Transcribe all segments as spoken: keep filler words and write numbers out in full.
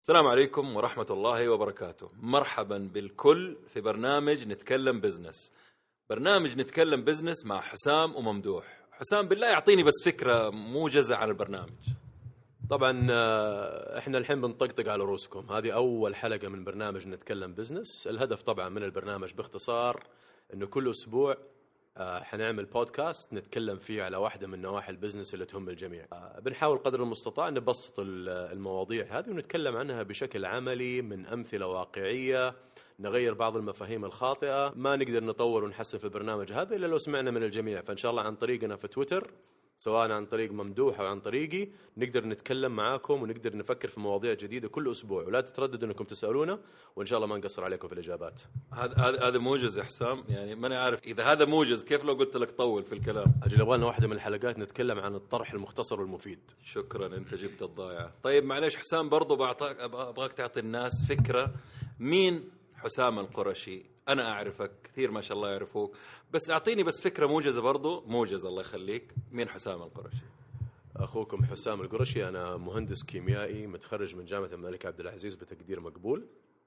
السلام عليكم ورحمة الله وبركاته. مرحبا بالكل في برنامج نتكلم بزنس. برنامج نتكلم بزنس مع حسام وممدوح. حسام بالله يعطيني بس فكرة موجزة عن البرنامج. طبعا احنا الحين بنطقطق على رؤوسكم. هذه أول حلقة من برنامج نتكلم بزنس. الهدف طبعا من البرنامج باختصار إنه كل أسبوع حنعمل بودكاست نتكلم فيه على واحدة من نواحي البزنس اللي تهم الجميع. بنحاول قدر المستطاع نبسط المواضيع هذه ونتكلم عنها بشكل عملي من أمثلة واقعية، نغير بعض المفاهيم الخاطئة. ما نقدر نطور ونحسن في البرنامج هذا إلا لو سمعنا من الجميع. فإن شاء الله عن طريقنا في تويتر، سواء عن طريق ممدوح أو عن طريقي، نقدر نتكلم معاكم ونقدر نفكر في مواضيع جديدة كل أسبوع. ولا تترددوا أنكم تسألونا وإن شاء الله ما نقصر عليكم في الإجابات. هذا هذا هذا موجز يا حسام، يعني ماني عارف إذا هذا موجز كيف لو قلت لك طول في الكلام. أجل أبغى لنا واحدة من الحلقات نتكلم عن الطرح المختصر والمفيد. شكرا، أنت جبت الضايعة. طيب معليش حسام، برضو بعطاك أبغاك تعطي الناس فكرة. مين حسام القرشي؟ أنا أعرفك كثير ما شاء الله يعرفوك، بس أعطيني بس فكرة موجزة، برضو موجزة الله يخليك. مين حسام القرشي؟ أخوكم حسام القرشي. أنا مهندس كيميائي متخرج من جامعة الملك عبد العزيز بتقدير مقبول.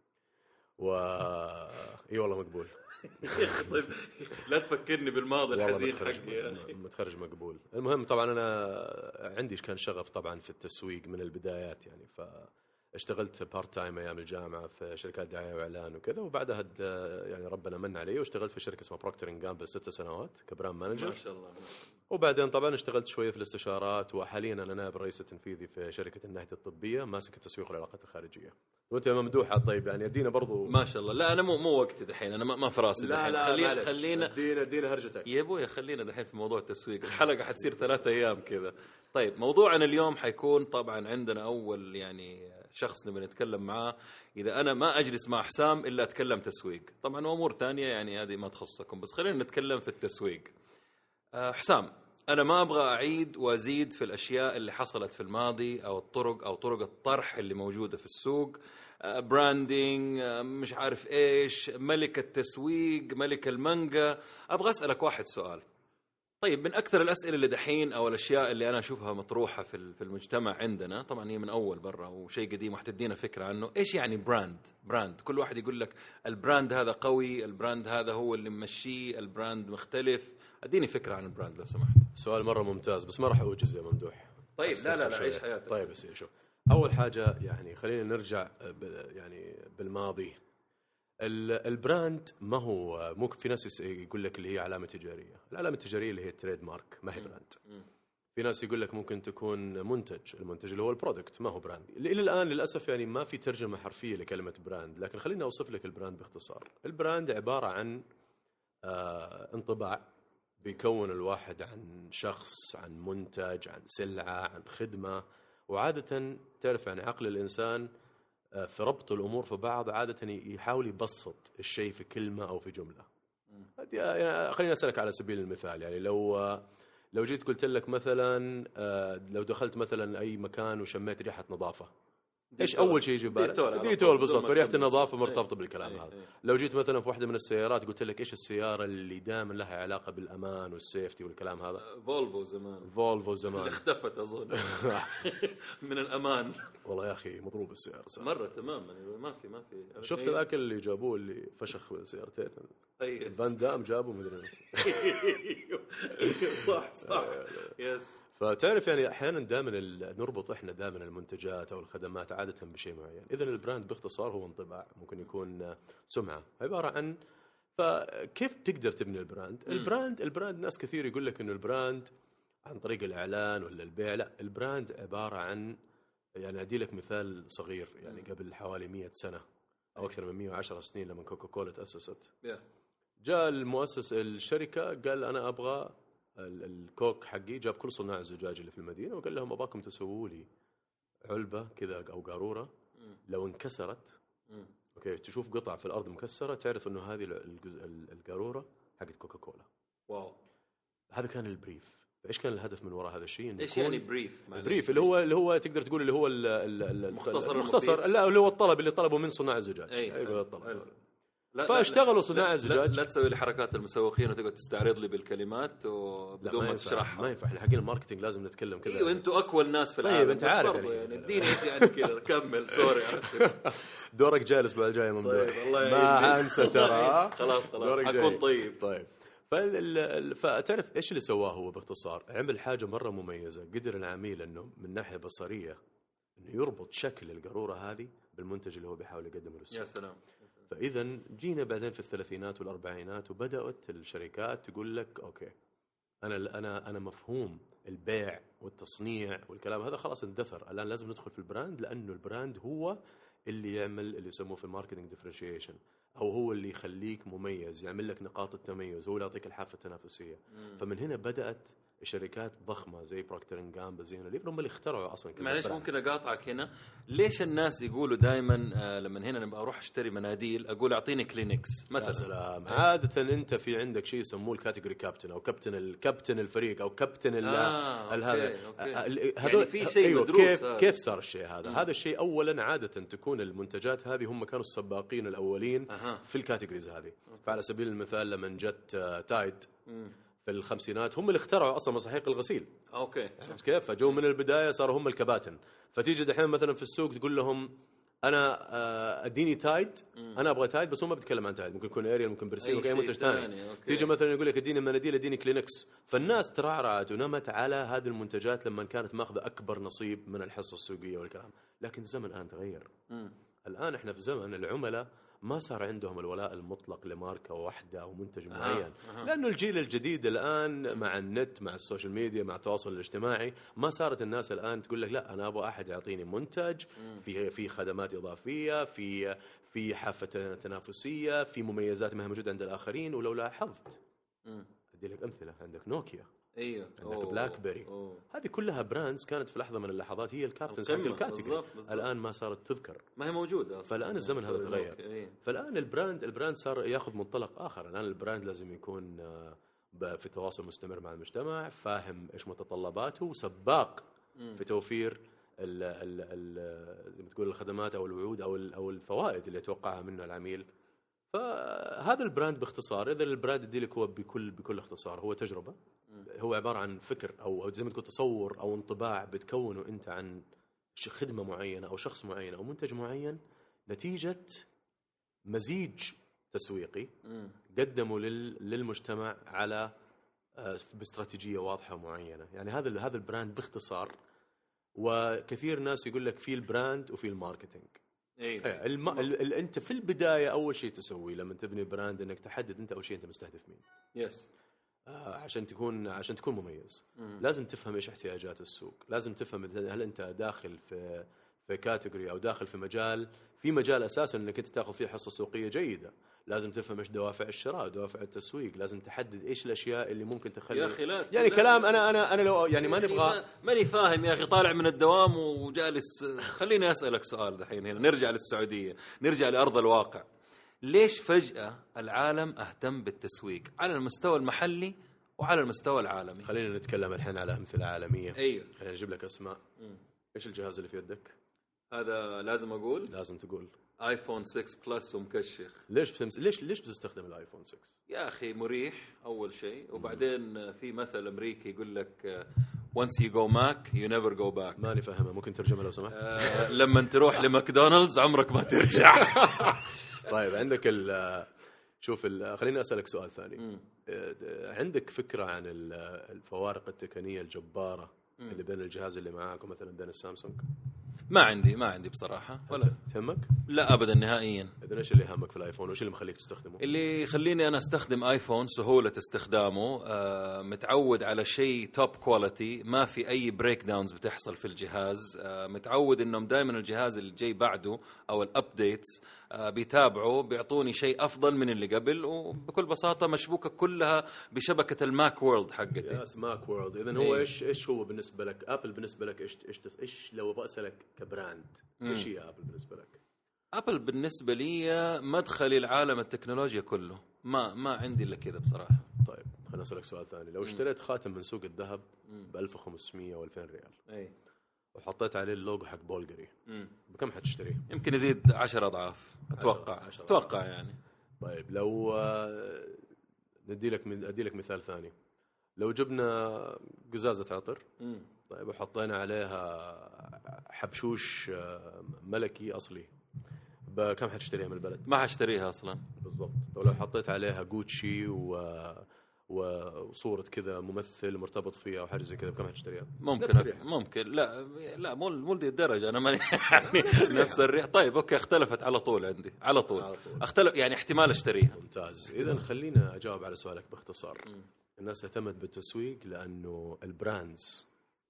و إي والله مقبول. طيب لا تفكرني بالماضي الحزين حقي. متخرج مقبول. المهم طبعا أنا عندي كان شغف طبعا في التسويق من البدايات، يعني ف اشتغلت بارت تايم ايام الجامعه في شركات دعايه واعلان وكذا، وبعدها يعني ربنا من علي واشتغلت في شركه اسمها بروكتر اند جامبل ست سنوات كبراند مانجر. ما شاء الله. وبعدين طبعا اشتغلت شويه في الاستشارات، وحاليا انا نائب الرئيس التنفيذي في شركه الناحيه الطبيه ماسك التسويق والعلاقات الخارجيه. وانت يا ممدوح طيب يعني ادينا برضو. ما شاء الله. لا انا مو مو وقتي دحين، انا ما في راسي دحين. خلينا خلينا ادينا ادينا هرجتك يا ابويا. خلينا دحين في موضوع التسويق. الحلقه حتصير ثلاثة ايام كذا. طيب موضوعنا اليوم حيكون طبعا عندنا اول يعني شخص نبي نتكلم معاه. إذا أنا ما أجلس مع حسام إلا أتكلم تسويق، طبعا أمور تانية يعني هذه ما تخصكم، بس خلينا نتكلم في التسويق. أه حسام، أنا ما أبغى أعيد وأزيد في الأشياء اللي حصلت في الماضي أو الطرق أو طرق الطرح اللي موجودة في السوق. أه براندينج، أه مش عارف إيش، ملك التسويق، ملك المانجا. أبغى أسألك واحد سؤال. طيب من أكثر الأسئلة اللي دحين أو الأشياء اللي أنا أشوفها مطروحة في في المجتمع عندنا، طبعا هي من أول برا وشيء قديم وحتدينا فكرة عنه. إيش يعني براند؟ براند كل واحد يقول لك البراند هذا قوي، البراند هذا هو اللي ممشيه، البراند مختلف. أديني فكرة عن البراند لو سمحت. سؤال مرة ممتاز بس ما راح أوجز يا ممدوح. طيب لا لا لا عيش حياتك. طيب بس شوف، أول حاجة يعني خلينا نرجع يعني بالماضي. البراند ما هو مو في ناس يقول لك اللي هي علامة تجارية. العلامة التجارية اللي هي التريد مارك ما هي براند. في ناس يقول لك ممكن تكون منتج، المنتج اللي هو البرودكت ما هو براند. إلى الآن للأسف يعني ما في ترجمة حرفية لكلمة براند، لكن خليني أوصف لك البراند باختصار. البراند عبارة عن آه انطباع بيكون الواحد عن شخص، عن منتج، عن سلعة، عن خدمة. وعادة تعرف يعني عقل الإنسان في ربط الأمور في بعض عادة يحاول يبسط الشيء في كلمة أو في جملة. يعني خليني أسألك على سبيل المثال، يعني لو لو جيت قلت لك مثلا لو دخلت مثلا أي مكان وشميت ريحة نظافة، إيش أول شيء يجي بالك؟ ديتول بالضبط. فريحة النظافة مرتبطة بالكلام ايه هذا. ايه. لو جيت مثلا في واحدة من السيارات قلت لك إيش السيارة اللي دائما لها علاقة بالأمان والسيفتي والكلام هذا؟ فولفو زمان. فولفو زمان اللي اختفت أظن من الأمان. والله يا أخي مضروب السيارة صح. مرة تمام يعني ما في ما في. شفت ذاك اللي جابوه اللي فشخ سيارتين؟ أي فان دام جابوا مدري. صح صح يس. فتعرف يعني أحيانا دائما نربط إحنا دائما المنتجات أو الخدمات عادة بشيء معين. إذن البراند باختصار هو انطباع، ممكن يكون سمعة، عبارة عن. فكيف تقدر تبني البراند؟ البراند البراند ناس كثير يقول لك إنه البراند عن طريق الإعلان ولا البيع. لا، البراند عبارة عن، يعني أدي لك مثال صغير. يعني قبل حوالي مئة سنة أو أكثر من مئة وعشرة سنين لما كوكا كولا تأسست، جاء المؤسس الشركة قال أنا أبغى الكوك حقي، جاب كل صناع الزجاج اللي في المدينة وقال لهم أباكم تسووا لي علبة كذا أو قارورة لو انكسرت، أوكي، تشوف قطع في الأرض مكسرة تعرف إنه هذه القارورة حقت كوكا كولا. واو. هذا كان البريف. إيش كان الهدف من وراء هذا الشيء؟ إيش يعني بريف؟ بريف اللي هو اللي هو تقدر تقول اللي هو المختصر. المختصر المختصر لا اللي هو الطلب اللي طلبه من صناع الزجاج. أي. أيوة الطلب. فاشتغلوا صناع الزجاج. لا, لا تسوي لي حركات المسوقين وتقعد تستعرض لي بالكلمات وبدون ما تشرحها. ما ينفع، احنا حقين الماركتينج لازم نتكلم كذا. ايوه انتوا اقوى الناس في العالم. طيب انت عارف يعني, يعني اديني ايش يعني كذا. كمل سوري اسف. دورك جالس بعد الجاي ممدوح. طيب الله ما انسى ترى. خلاص خلاص حكون طيب. طيب فال... فتعرف ايش اللي سواه هو باختصار؟ عمل حاجه مره مميزه. قدر العميل انه من ناحيه بصريه انه يربط شكل القاروره هذه بالمنتج اللي هو بيحاول يقدمه للسوق. يا سلام. فاذا جينا بعدين في الثلاثينات والاربعينات وبدات الشركات تقول لك اوكي انا انا انا مفهوم البيع والتصنيع والكلام هذا خلاص اندثر، الان لازم ندخل في البراند، لانه البراند هو اللي يعمل اللي يسموه في الماركتنج ديفرنشيشن، او هو اللي يخليك مميز، يعمل لك نقاط التميز، هو اللي يعطيك الحافه التنافسيه. مم. فمن هنا بدات شركات ضخمه زي بروكتر اند جامبل زي اللي هم اللي اخترعوا اصلا. معليش ممكن اقاطعك هنا؟ ليش الناس يقولوا دائما آه لما هنا نبقى اروح اشتري مناديل اقول اعطيني كلينكس مثلا؟ يا سلام. عاده انت في عندك شيء يسموه الكاتيجوري كابتن او كابتن الكابتن الفريق او كابتن ال آه هذا. يعني في شيء أيوه مدروس. كيف هذا. كيف صار الشيء هذا؟ مم. هذا الشيء اولا عاده تكون المنتجات هذه هم كانوا السباقين الاولين أه. في الكاتيجوريز هذه. فعلى سبيل المثال لما جت تايد مم. في الخمسينات هم اللي اخترعوا اصلا مصاحيق الغسيل. اوكي عرفت كيف؟ فجو من البدايه صاروا هم الكباتن. فتيجي دحين مثلا في السوق تقول لهم انا اديني تايد، انا ابغى تايد، بس هو ما بيتكلم عن تايد، ممكن يكون اريال، ممكن برسيل، ممكن اي منتج ثاني. تيجي مثلا يقول لك اديني مناديل، اديني كلينكس. فالناس ترعرعت ونمت على هذه المنتجات لما كانت ماخذه اكبر نصيب من الحصه السوقيه والكلام. لكن الزمن الان تغير. م. الان احنا في زمن العملاء ما صار عندهم الولاء المطلق لماركة واحدة أو منتج معين. آه. آه. لأنه الجيل الجديد الآن مع النت، مع السوشيال ميديا، مع التواصل الاجتماعي، ما صارت الناس الآن تقول لك لا أنا أبغى أحد يعطيني منتج في في خدمات إضافية، في في حافة تنافسية، في مميزات ما هي موجودة عند الآخرين. ولو لاحظت أدي لك أمثلة، عندك نوكيا، ايوه، عندك أوه. بلاك بيري، أوه. هذه كلها براندز كانت في لحظه من اللحظات هي الكابتنز حق الكاتيجوري. الان ما صارت تذكر، ما هي موجوده أصلاً. فالان الزمن هذا تغير. أيه. فالان البراند البراند صار ياخذ منطلق اخر. الان البراند لازم يكون في تواصل مستمر مع المجتمع، فاهم ايش متطلباته، وسباق م. في توفير ال ال ال زي ما تقول الخدمات او الوعود او او الفوائد اللي يتوقعها منه العميل. فهذا البراند باختصار. اذا البراند يدي لك هو بكل بكل اختصار هو تجربه، هو عبارة عن فكر أو زي ما تقول تصور أو انطباع بتكونه أنت عن خدمة معينة أو شخص معين أو منتج معين نتيجة مزيج تسويقي قدمه للمجتمع على باستراتيجية واضحة معينة. يعني هذا هذا البراند باختصار. وكثير ناس يقول لك في البراند وفي الماركتينج. أيوة. الم... ال... ال... أنت في البداية أول شيء تسوي لما تبني براند إنك تحدد أنت أول شيء أنت مستهدف مين. يس. آه عشان تكون عشان تكون مميز. مم. لازم تفهم ايش احتياجات السوق، لازم تفهم هل انت داخل في في كاتيجوري او داخل في مجال في مجال اساسا انك انت تاخذ فيه حصه سوقيه جيده. لازم تفهم ايش دوافع الشراء، دوافع التسويق، لازم تحدد ايش الاشياء اللي ممكن تخلي يا اخي لا يعني لا كلام لا انا انا انا لو يعني ما نبغى ماني فاهم يا اخي. طالع من الدوام وجالس. خليني اسالك سؤال دحين هنا، نرجع للسعوديه، نرجع لارض الواقع. ليش فجاه العالم اهتم بالتسويق على المستوى المحلي وعلى المستوى العالمي؟ خلينا نتكلم الحين على أمثلة عالمية. أيوه. خلينا نجيب لك أسماء. مم. إيش الجهاز اللي في يدك؟ هذا لازم أقول؟ لازم تقول. آيفون ستة بلس ومكشخ. ليش بتمس... ليش ليش بتستخدم الآيفون ستة؟ يا أخي مريح أول شيء، وبعدين في مثل أمريكي يقول لك once you go Mac you never go back. ماني فاهمه، ممكن ترجمة لو سمحت؟ آه لما تروح لماكدونالدز عمرك ما ترجع. طيب عندك ال شوف ال... خليني أسألك سؤال ثاني. م. عندك فكرة عن الفوارق التقنية الجبارة م. اللي بين الجهاز اللي معاك ومثلا بين السامسونج؟ ما عندي ما عندي بصراحة. ولا تهمك؟ لا أبدا نهائيا. إذن إيش اللي يهمك في الآيفون وإيش اللي مخليك تستخدمه؟ اللي يخليني أنا أستخدم آيفون سهولة استخدامه. آه متعود على شيء توب كواليتي، ما في أي بريك داونز بتحصل في الجهاز. آه متعود إنهم دائما الجهاز اللي جاي بعده أو الأبديتس آه بيتابعوا بيعطوني شيء أفضل من اللي قبل، وبكل بساطة مشبوكة كلها بشبكة الماك وورلد حقتي. يس ماك وورلد. إذن هو إيش إيش هو بالنسبة لك أبل؟ بالنسبة لك إيش إيش إيش لو بأسألك كبراند إيش هي أبل بالنسبة لك؟ أبل بالنسبة لي مدخلي العالم التكنولوجيا كله. ما ما عندي إلا كذا بصراحة. طيب خلنا أسألك سؤال ثاني. لو اشتريت خاتم من سوق الذهب ب ألف وخمسمية وألفين ريال أي وحطيت عليه اللوجو حق بولغري، بكم حتشتريه؟ يمكن يزيد عشر أضعاف أتوقع. أتوقع يعني. طيب لو آه، ندي لك ادي لك مثال ثاني. لو جبنا قزازه عطر مم. طيب وحطينا عليها حبشوش آه، ملكي اصلي، بكم حتشتريها من البلد؟ ما حاشتريها اصلا. بالضبط. ولو حطيت عليها جوتشي و وصورة كذا ممثل مرتبط فيها أو حاجة زي كذا، بكم حتشتريها؟ ممكن أف... ممكن لا لا مو مو لدي الدرجة أنا ماني يعني نفس الريح. طيب أوكي اختلفت على طول عندي على طول, على طول. اختلف يعني احتمال اشتريها. ممتاز. إذا خلينا أجاوب على سؤالك باختصار. م. الناس اهتمت بالتسويق لأنه البراندز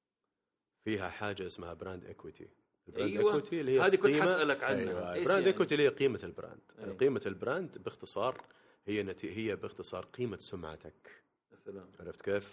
فيها حاجة اسمها براند إكويتي. البراند أيوة. إكويتي اللي هي هذه كنت حسألك عنها. أيوة. البراند يعني؟ إكويتي اللي هي قيمة البراند. أيوة. قيمة البراند باختصار هي نتي... هي باختصار قيمة سمعتك. سلام. عرفت كيف؟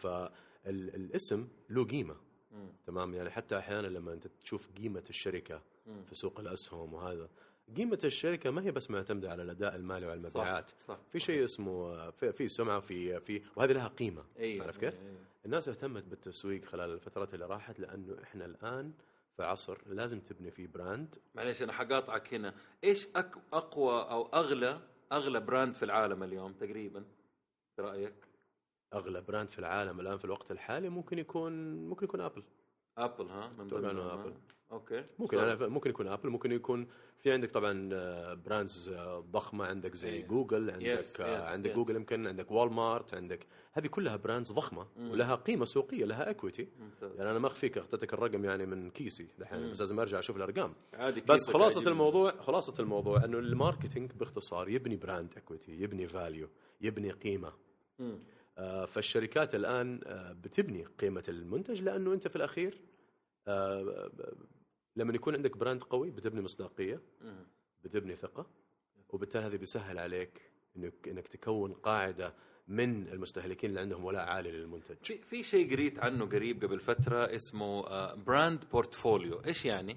فالاسم له قيمة. مم. تمام. يعني حتى أحيانا لما أنت تشوف قيمة الشركة مم. في سوق الأسهم وهذا، قيمة الشركة ما هي بس معتمدة على الأداء المالي وعلى المبيعات. صح. صح. في شيء اسمه في, في سمعة في في وهذه لها قيمة. أيوة. عرفت كيف؟ أيوة. الناس اهتمت بالتسويق خلال الفترات اللي راحت لأنه إحنا الآن في عصر لازم تبني فيه براند. معليش أنا حقاطعك هنا. إيش أك أقوى أو أغلى أغلى براند في العالم اليوم تقريبا في رأيك؟ أغلى براند في العالم الآن في الوقت الحالي ممكن يكون ممكن يكون أبل. أبل ها؟ من ضمن أبل. أوكي. ممكن أنا ممكن يكون أبل، ممكن يكون في عندك طبعا براندز ضخمة عندك زي أيه. جوجل عندك يس. يس. عندك يس. جوجل يمكن عندك والمارت عندك، هذه كلها براندز ضخمة مم. ولها قيمة سوقية لها اكويتي. يعني أنا ما أخفيك أخذتك الرقم يعني من كيسي دحين بس لازم أرجع أشوف الأرقام. بس خلاصة عجيب. الموضوع خلاصة الموضوع إنه الماركتينج باختصار يبني براند اكويتي، يبني فاليو، يبني قيمة. مم. آه فالشركات الآن آه بتبني قيمة المنتج لأنه أنت في الأخير آه لما يكون عندك براند قوي بتبني مصداقية، بتبني ثقة، وبالتالي هذا بيسهل عليك إنك إنك تكون قاعدة من المستهلكين اللي عندهم ولاء عالي للمنتج. في في شيء قريت عنه قريب قبل فترة اسمه براند بورتفوليو. إيش يعني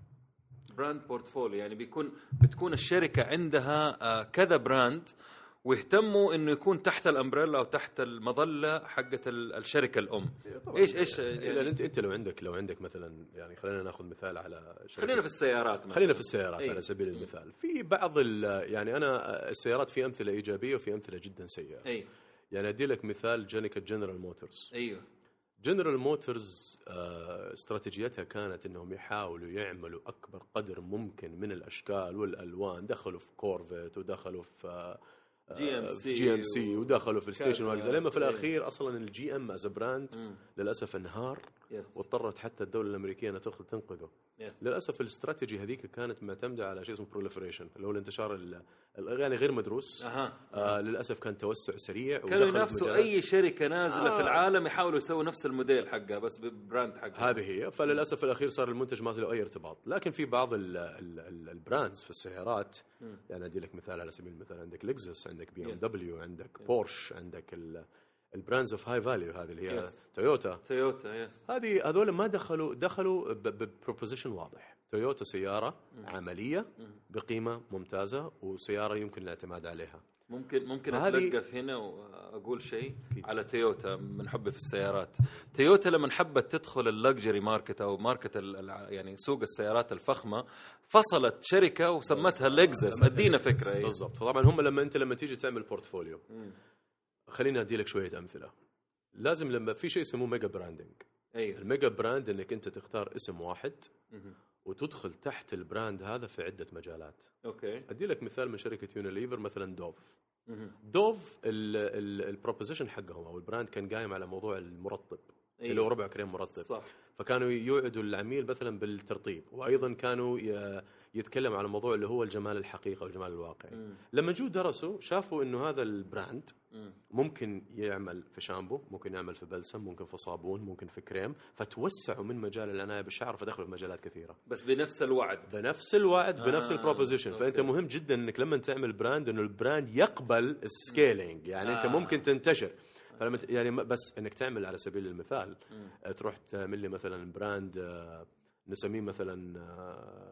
براند بورتفوليو؟ يعني بيكون بتكون الشركة عندها كذا براند ويهتموا انه يكون تحت الامبريلا او تحت المظله حقه الشركه الام. ايش ايش يعني انت انت لو عندك لو عندك مثلا يعني خلينا ناخذ مثال على خلينا في السيارات مثلا. خلينا في السيارات أيه. على سبيل المثال في بعض يعني انا السيارات في امثله ايجابيه وفي امثله جدا سيئه. أيه. يعني ادي لك مثال شركه جنرال موتورز. ايوه جنرال موتورز استراتيجيتها كانت انهم يحاولوا يعملوا اكبر قدر ممكن من الاشكال والالوان. دخلوا في كورفيت ودخلوا في جي ام سي جي ام سي ودخلوا في الستيشن واجز لما في الاخير اصلا الجي ام از براند للاسف انهار واضطرت حتى الدوله الامريكيه انها تدخل تنقذه. yes. للاسف الاستراتيجي هذيك كانت معتمده على شيء اسمه بروليفريشن اللي هو الانتشار يعني غير مدروس. أه. آه للاسف كان توسع سريع كانوا ينافسوا اي شركه نازله آه. في العالم يحاولوا يسووا نفس الموديل حقها بس ببراند حقها. هذه هي. فللاسف في الاخير صار المنتج ما له اي ارتباط. لكن في بعض ال ال ال البراندز في السيارات م. يعني ادي لك مثال على سبيل المثال عندك لكزس عندك بي ام دبليو عندك yes. بورش عندك البراندز اوف هاي فاليو هذه اللي هي yes. تويوتا تويوتا يس هذه هذول ما دخلوا دخلوا ببروبوزيشن واضح. تويوتا سياره م. عمليه م. بقيمه ممتازه وسياره يمكن الاعتماد عليها. ممكن ممكن اتلقف هنا واقول شيء على تويوتا من حبي في السيارات. تويوتا لما حبت تدخل اللكجري ماركت او ماركت يعني سوق السيارات الفخمه فصلت شركه وسمتها لكزس. ادينا فكره بالضبط. طبعا هم لما انت لما تيجي تعمل بورتفوليو م. خليني ادي لك شويه امثله. لازم لما في شيء يسموه ميجا براندنج. أيوه. الميجا براند انك انت تختار اسم واحد م. وتدخل تحت البراند هذا في عده مجالات. اوكي ادي لك مثال من شركه يونيليفر مثلا دوف. م. دوف البروبوزيشن حقهم او البراند كان قايم على موضوع المرطب. أيوه. اللي هو ربع كريم مرطب. صح. فكانوا يوعدوا العميل مثلا بالترطيب وايضا كانوا يتكلم على موضوع اللي هو الجمال الحقيقي والجمال الواقعي. م. لما جو درسوا شافوا انه هذا البراند م. ممكن يعمل في شامبو، ممكن يعمل في بلسم، ممكن في صابون، ممكن في كريم. فتوسعوا من مجال العناية بالشعر فدخلوا في مجالات كثيرة بس بنفس الوعد بنفس الوعد آه. بنفس البروبوزيشن. فانت مهم جدا انك لما تعمل براند انه البراند يقبل السكيلينج. يعني آه. انت ممكن تنتشر. فلما يعني بس انك تعمل على سبيل المثال م. تروح تعمل لي مثلا براند نسميه مثلا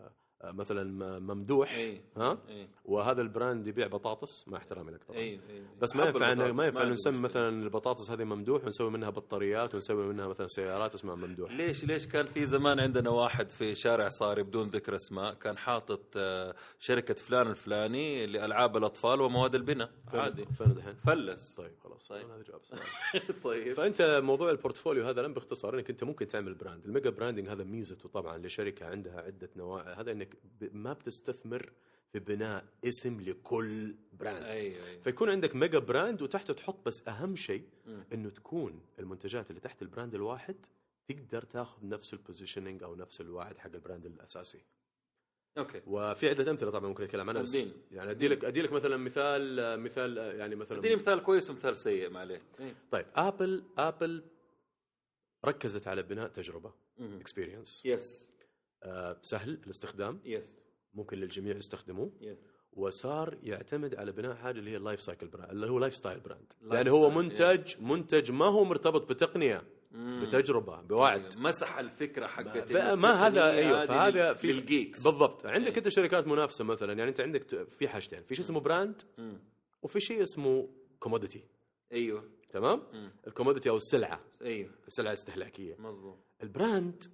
مثلا ممدوح أي. ها أي. وهذا البراند يبيع بطاطس، مع احترامي لك طبعا. أي. أي. بس ما ينفع ما ينفع نسمي مثلا البطاطس هذه ممدوح ونسوي منها بطاريات ونسوي منها مثلا سيارات اسمها ممدوح. ليش ليش كان في زمان عندنا واحد في شارع صاري بدون ذكر اسماء كان حاطط شركة فلان الفلاني لألعاب الأطفال ومواد البناء عادي. فين دحين؟ فلس. طيب خلاص. طيب. هذا جواب طيب. فأنت موضوع البورتفوليو هذا لم باختصار انك انت ممكن تعمل براند. الميجا براندنج هذا ميزته طبعا لشركة عندها عدة نواحي، هذا انك ما بتستثمر في بناء اسم لكل براند. أيوة أيوة. فيكون عندك ميجا براند وتحته تحط بس أهم شيء إنه تكون المنتجات اللي تحت البراند الواحد تقدر تاخذ نفس البوزيشننج أو نفس الواحد حق البراند الأساسي. أوكي. وفي عدة أمثلة طبعا ممكن أتكلم عنها، بس يعني أدي لك أدي لك مثلا مثال مثال يعني مثلا أديني مثال كويس ومثال سيء ما عليه. طيب آبل آبل ركزت على بناء تجربة experience. يس. آه سهل الاستخدام. يس. ممكن للجميع يستخدموه. يس. وصار يعتمد على بناء حاجه اللي هي اللايف سايكل براند، اللي هو لايف ستايل براند، يعني هو منتج يس. منتج ما هو مرتبط بتقنيه، مم. بتجربه، بوعد. مسح الفكره حقت ما هذا ايوه فهذا في الجيكس بالضبط. عندك أيوه. انت شركات منافسه مثلا، يعني انت عندك في حاجتين، في شيء اسمه براند مم. وفي شيء اسمه كوموديتي. ايوه تمام. الكوموديتي او السلعه. ايوه السلعه الاستهلاكيه. مظبوط. البراند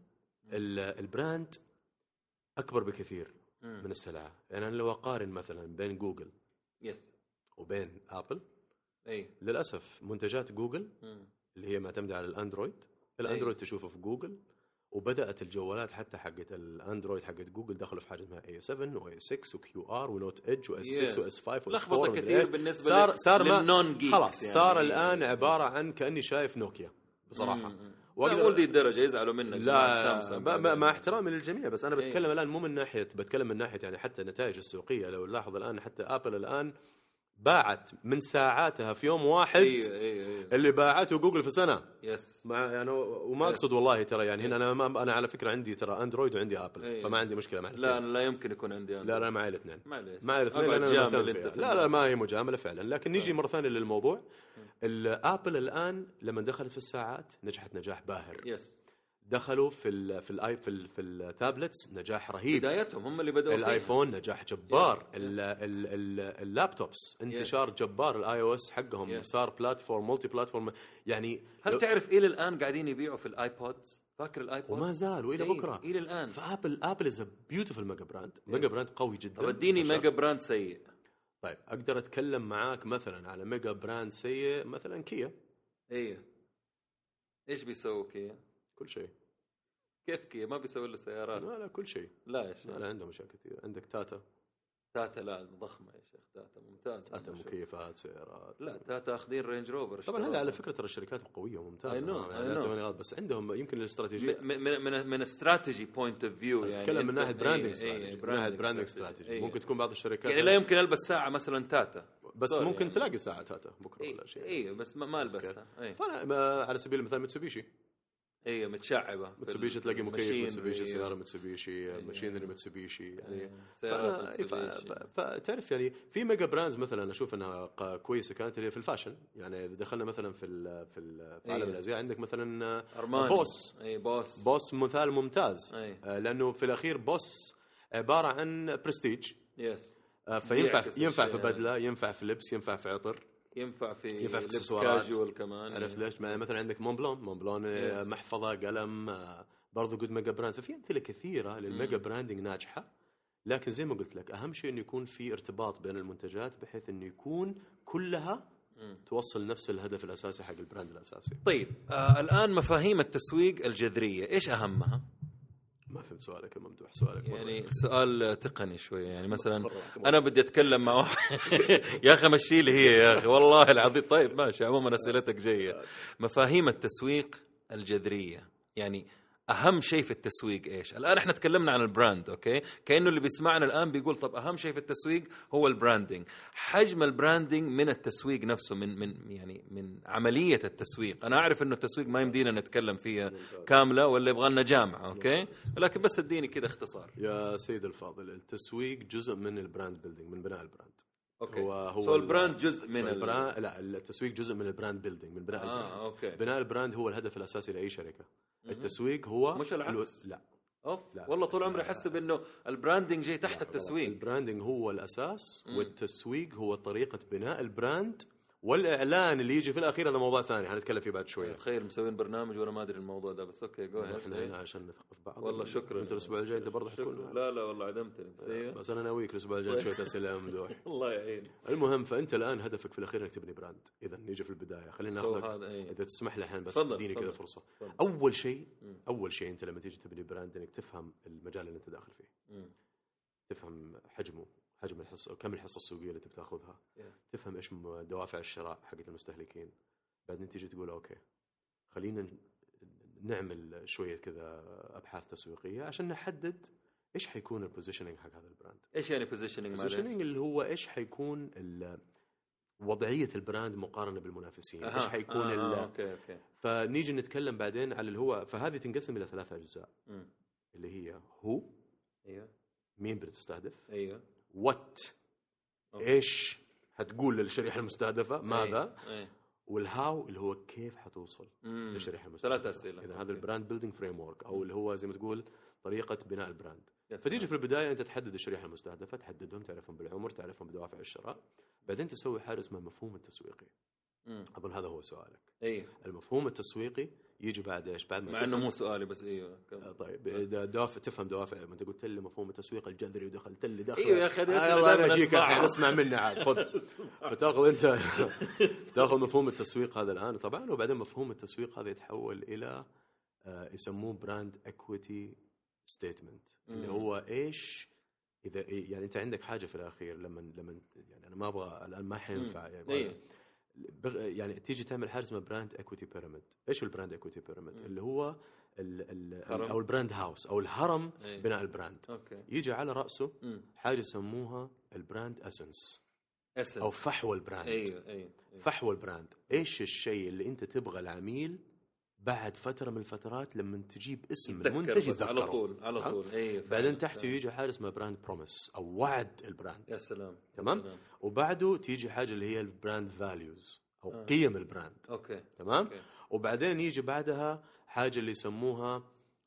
البراند اكبر بكثير مم. من السلعة. يعني أنا لو أقارن مثلا بين جوجل يس وبين أبل، أي للأسف منتجات جوجل مم. اللي هي معتمدة على الأندرويد، الأندرويد أي. تشوفه في جوجل، وبدأت الجوالات حتى حقت الأندرويد حقت جوجل دخلوا في حاجة اسمها إيه سبعة و إيه ستة وكيو آر ونوت إدج وإس ستة وإس خمسة وإس أربعة. لخبطة كثير بالنسبة صار صار للنون جيكس. خلاص يعني صار الآن عبارة عن كأني شايف نوكيا بصراحة. واقدر ولدي الدرجه يزعلوا منك. لا مع احترامي للجميع، بس انا بتكلم أيه. الان مو من ناحيه، بتكلم من ناحيه يعني حتى النتائج السوقيه. لو نلاحظ الان حتى ابل الان باعت من ساعاتها في يوم واحد أيه أيه أيه. اللي باعته جوجل في سنه. يس. مع يعني وما اقصد يس. والله ترى يعني هنا انا ما انا على فكره عندي ترى اندرويد وعندي ابل أيه. فما عندي مشكله مع لا لا يمكن يكون عندي أندرويد. لا انا معي الاثنين معليش معي الاثنين انا لا لا ما هي مجامله فعلا. لكن نيجي مره ثانيه للموضوع. الابل الان لما دخلت في الساعات نجحت نجاح باهر. يس. دخلوا في ال في الاي في, ال في التابلتس نجاح رهيب. بدايتهم هم اللي بدأوا. الايفون نجاح جبار. اللابتوبس انتشار جبار. الاي او اس حقهم يس. صار بلاتفورم مولتي بلاتفورم. يعني هل تعرف الى الان قاعدين يبيعوا في الايبودز؟ فاكر الايبود؟ وما زال والى إيه بكره الى الان. فابل ابل از بيوتيفul ميجا براند. ميجا براند قوي جدا. طب اديني ميجا براند سيء. طيب اقدر اتكلم معاك مثلا على ميجا براند سيء مثلا كيا. ايه ايش بيسووا كيا؟ كل شيء. كيف كيا ما بيسوي له سيارات؟ لا لا كل شيء. لا يا شيخ لا عندهم اشياء كثير. عندك تاتا. تاتا لا ضخمه يا شيخ. تاتا ممتاز. تاتا مكيفات سيارات. لا تاتا اخذين رينج روفر. طبعا هذا على فكره ترى الشركات قويه وممتازه يعني بس عندهم يمكن الاستراتيجيه من من من استراتيجي بوينت اوف فيو. يعني نتكلم من ناحيه براندنج استراتيجي. من ناحيه براندنج استراتيجي ممكن تكون بعض الشركات يعني لا يمكن البس ساعه مثلا تاتا بس ممكن يعني. تلاقي ساعه تاتا بكره إيه ولا شيء. اي بس ما, ما البسها. إيه. فانا على سبيل المثال متسوبيشي. ايه متشعبه. متسوبيشي تلاقي مكيف متسوبيشي، سياره متسوبيشي، ماشينري متسوبيشي يعني. فتعرف يعني في ميجا براندز مثلا اشوف انها كويسه كانت اللي في الفاشن. يعني اذا دخلنا مثلا في ال في, ال في عالم أيه. الازياء عندك مثلا أرماني. بوس. اي بوس بوس مثال ممتاز. أيه. لانه في الاخير بوس عباره عن برستيج. يس. فينفع ينفع في بدله، ينفع في لبس، ينفع في عطر، ينفع في ينفع في لبس كاجوال كمان. عرفت ليش؟ مثلا عندك مونبلون مونبلون yes. محفظه قلم برضو جود ميجا براند. ففي امثله كثيره للميجا براندنج ناجحه. لكن زي ما قلت لك اهم شيء انه يكون في ارتباط بين المنتجات بحيث انه يكون كلها مم. توصل نفس الهدف الاساسي حق البراند الاساسي. طيب آه الان مفاهيم التسويق الجذريه ايش اهمها؟ ما فهمت سؤالك يا ممدوح. سؤالك يعني سؤال تقني شوي. يعني مثلا أنا بدي أتكلم مع واحد يا أخي مشي لي هي يا أخي والله العظيم. طيب ماشي عموما أسئلتك جاية. مفاهيم التسويق الجذرية يعني أهم شيء في التسويق إيش؟ الآن إحنا تكلمنا عن البراند أوكي. كأنه اللي بيسمعنا الآن بيقول طب أهم شيء في التسويق هو البراندينج. حجم البراندينج من التسويق نفسه من من يعني من عملية التسويق. أنا أعرف إنه التسويق ما يمدينا نتكلم فيها كاملة ولا يبغى لنا جامعة أوكي. لكن بس اديني كده اختصار. يا سيد الفاضل التسويق جزء من البراند بيلدينج، من بناء البراند. أوكي. هو هو البراند جزء من البراند. لا التسويق جزء من البراند بيلدينج، من بناء آه البراند. أوكي. بناء البراند هو الهدف الأساسي لأي شركة. التسويق هو مش العكس. لا اوف لا. والله طول عمري لا. احسب انه البراندنج جاي تحت التسويق. البراندنج هو الاساس، مم. والتسويق هو طريقه بناء البراند، والاعلان اللي يجي في الاخير هذا موضوع ثاني هنتكلم فيه بعد شويه. تخيل مسوين برنامج وانا ما ادري الموضوع ده، بس اوكي جو احنا هنا عشان نثقف بعض. والله شكرا. انت الاسبوع الجاي انت برضه حتكون. لا لا والله عدمتني بس, بس انا ناويك الاسبوع الجاي شويه اسئله ممدوح. الله يعين. المهم فانت الان هدفك في الاخير انك تبني براند. اذا نيجي في البدايه خلينا ناخذك ايه. اذا تسمح لي الحين بس فضل. تديني كذا فضل. فرصه. فضل. اول شيء اول شيء انت لما تيجي تبني براند انك تفهم المجال اللي انت داخل فيه. مم. تفهم حجمه، حجم الحصه، كم الحصه السوقيه اللي تبي تاخذها. yeah. تفهم ايش دوافع الشراء حقت المستهلكين. بعدين تيجي تقول اوكي خلينا نعمل شويه كذا ابحاث تسويقيه عشان نحدد ايش حيكون البوزيشننج حق هذا البراند. ايش يعني بوزيشننج؟ البوزيشننج اللي هو ايش حيكون وضعيه البراند مقارنه بالمنافسين. أه. ايش حيكون آه. آه. أوكي. أوكي. فنيجي نتكلم بعدين على اللي هو، فهذه تنقسم الى ثلاث اجزاء. م. اللي هي هو، ايوه، مين بتستهدف، ايوه، وات، ايش حتقول للشريحه المستهدفه، ماذا، أيه. والهاو اللي هو كيف حتوصل مم. للشريحه المستهدفه. ثلاث اسئله. اذا هذا البراند بيلدينج فريم ورك، او اللي هو زي ما تقول طريقه بناء البراند. يس. فتيجي في البدايه انت تحدد الشريحه المستهدفه، تحددهم، تعرفهم بالعمر، تعرفهم بدوافع الشراء. بعدين تسوي حاجه اسمها المفهوم التسويقي. مم. اظن هذا هو سؤالك. ايه. المفهوم التسويقي يجي بعد ايش؟ بعد ما مع انه مو سؤالي بس ايوه. آه طيب دوافع، تفهم دوافع. ما انت قلت لي مفهوم التسويق الجذري ودخلت لي دخل. ايوه يا اخي آه انا اجيك الحين اسمع مني عاد خذ. فتاخذ انت تاخذ مفهوم التسويق هذا الان طبعا، وبعدين مفهوم التسويق هذا يتحول الى آه يسموه براند اكويتي ستيتمنت، اللي هو ايش اذا إيه يعني انت عندك حاجه في الاخير لما لما يعني انا ما ابغى الان ما حينفع يعني, أيه. يعني تيجي تعمل حاجه اسمها براند اكويتي بيراميد. ايش هو البراند اكويتي بيراميد؟ اللي هو ال ال او البراند هاوس او الهرم. أيه. بناء البراند. أوكي. يجي على راسه مم. حاجه يسموها البراند اسنس او فحوى البراند. أيوه. أيوه. فحوى البراند ايش الشيء اللي انت تبغى العميل بعد فتره من الفترات لما تجيب اسم المنتج يتذكره على طول على طول. أيوه. بعدين تحته يجي حاجه اسمها براند بروميس او وعد البراند. يا سلام. تمام. سلام. وبعده تيجي حاجه اللي هي البراند فاليوز او آه. قيم البراند. اوكي. تمام. أوكي. وبعدين يجي بعدها حاجه اللي يسموها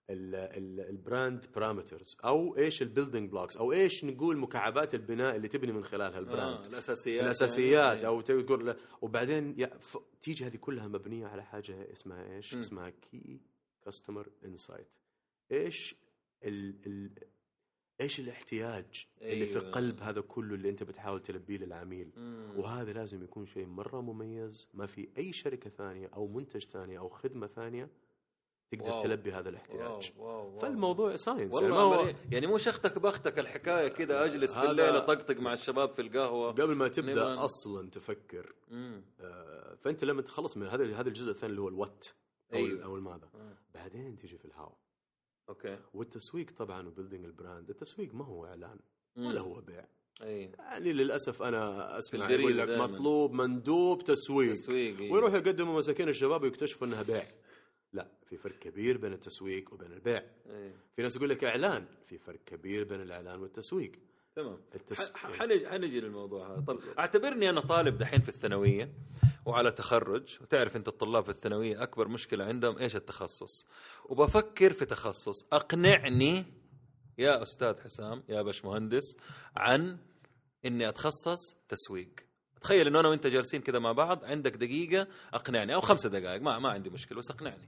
البراند بارامترز او ايش البيلدينج بلوكس او ايش نقول مكعبات البناء اللي تبني من خلالها البراند. آه. الاساسيات الاساسيات يعني. او تقول. وبعدين ف... تيجي هذه كلها مبنيه على حاجه اسمها ايش؟ م. اسمها كي كاستمر انسايت. ايش ال... ال... ايش الاحتياج أيوة. اللي في قلب هذا كله اللي انت بتحاول تلبيه للعميل. مم. وهذا لازم يكون شيء مره مميز، ما في اي شركه ثانيه او منتج ثاني او خدمه ثانيه تقدر واو. تلبي هذا الاحتياج. واو. واو. واو. فالموضوع ساينس يعني, ما يعني مو شختك بختك الحكايه كده اجلس في الليل اطقطق مع الشباب في القهوه قبل ما تبدا نبان. اصلا تفكر. آه فانت لما تخلص من هذا هذا الجزء الثاني اللي هو الوات او أيوه. او الماذا. آه. بعدين تيجي في الهاو. اوكي. والتسويق طبعا وبيلدينج البراند، التسويق ما هو اعلان مم. ولا هو بيع. أيه. يعني للاسف انا اسمع يقول لك دائماً. مطلوب مندوب تسويق, تسويق أيه. ويروح يقدموا مساكين الشباب ويكتشفوا انها بيع. لا، في فرق كبير بين التسويق وبين البيع. أيه. في ناس يقول لك اعلان، في فرق كبير بين الاعلان والتسويق. تمام. التس... حنجي حنجي للموضوع هذا. طب اعتبرني انا طالب دحين في الثانويه وعلى تخرج، وتعرف انت الطلاب في الثانويه اكبر مشكله عندهم ايش؟ التخصص. وبفكر في تخصص، اقنعني يا استاذ حسام يا باش مهندس عن اني اتخصص تسويق. تخيل انه انا وانت جالسين كذا مع بعض، عندك دقيقه اقنعني او خمسة دقائق، ما ما عندي مشكله، بس اقنعني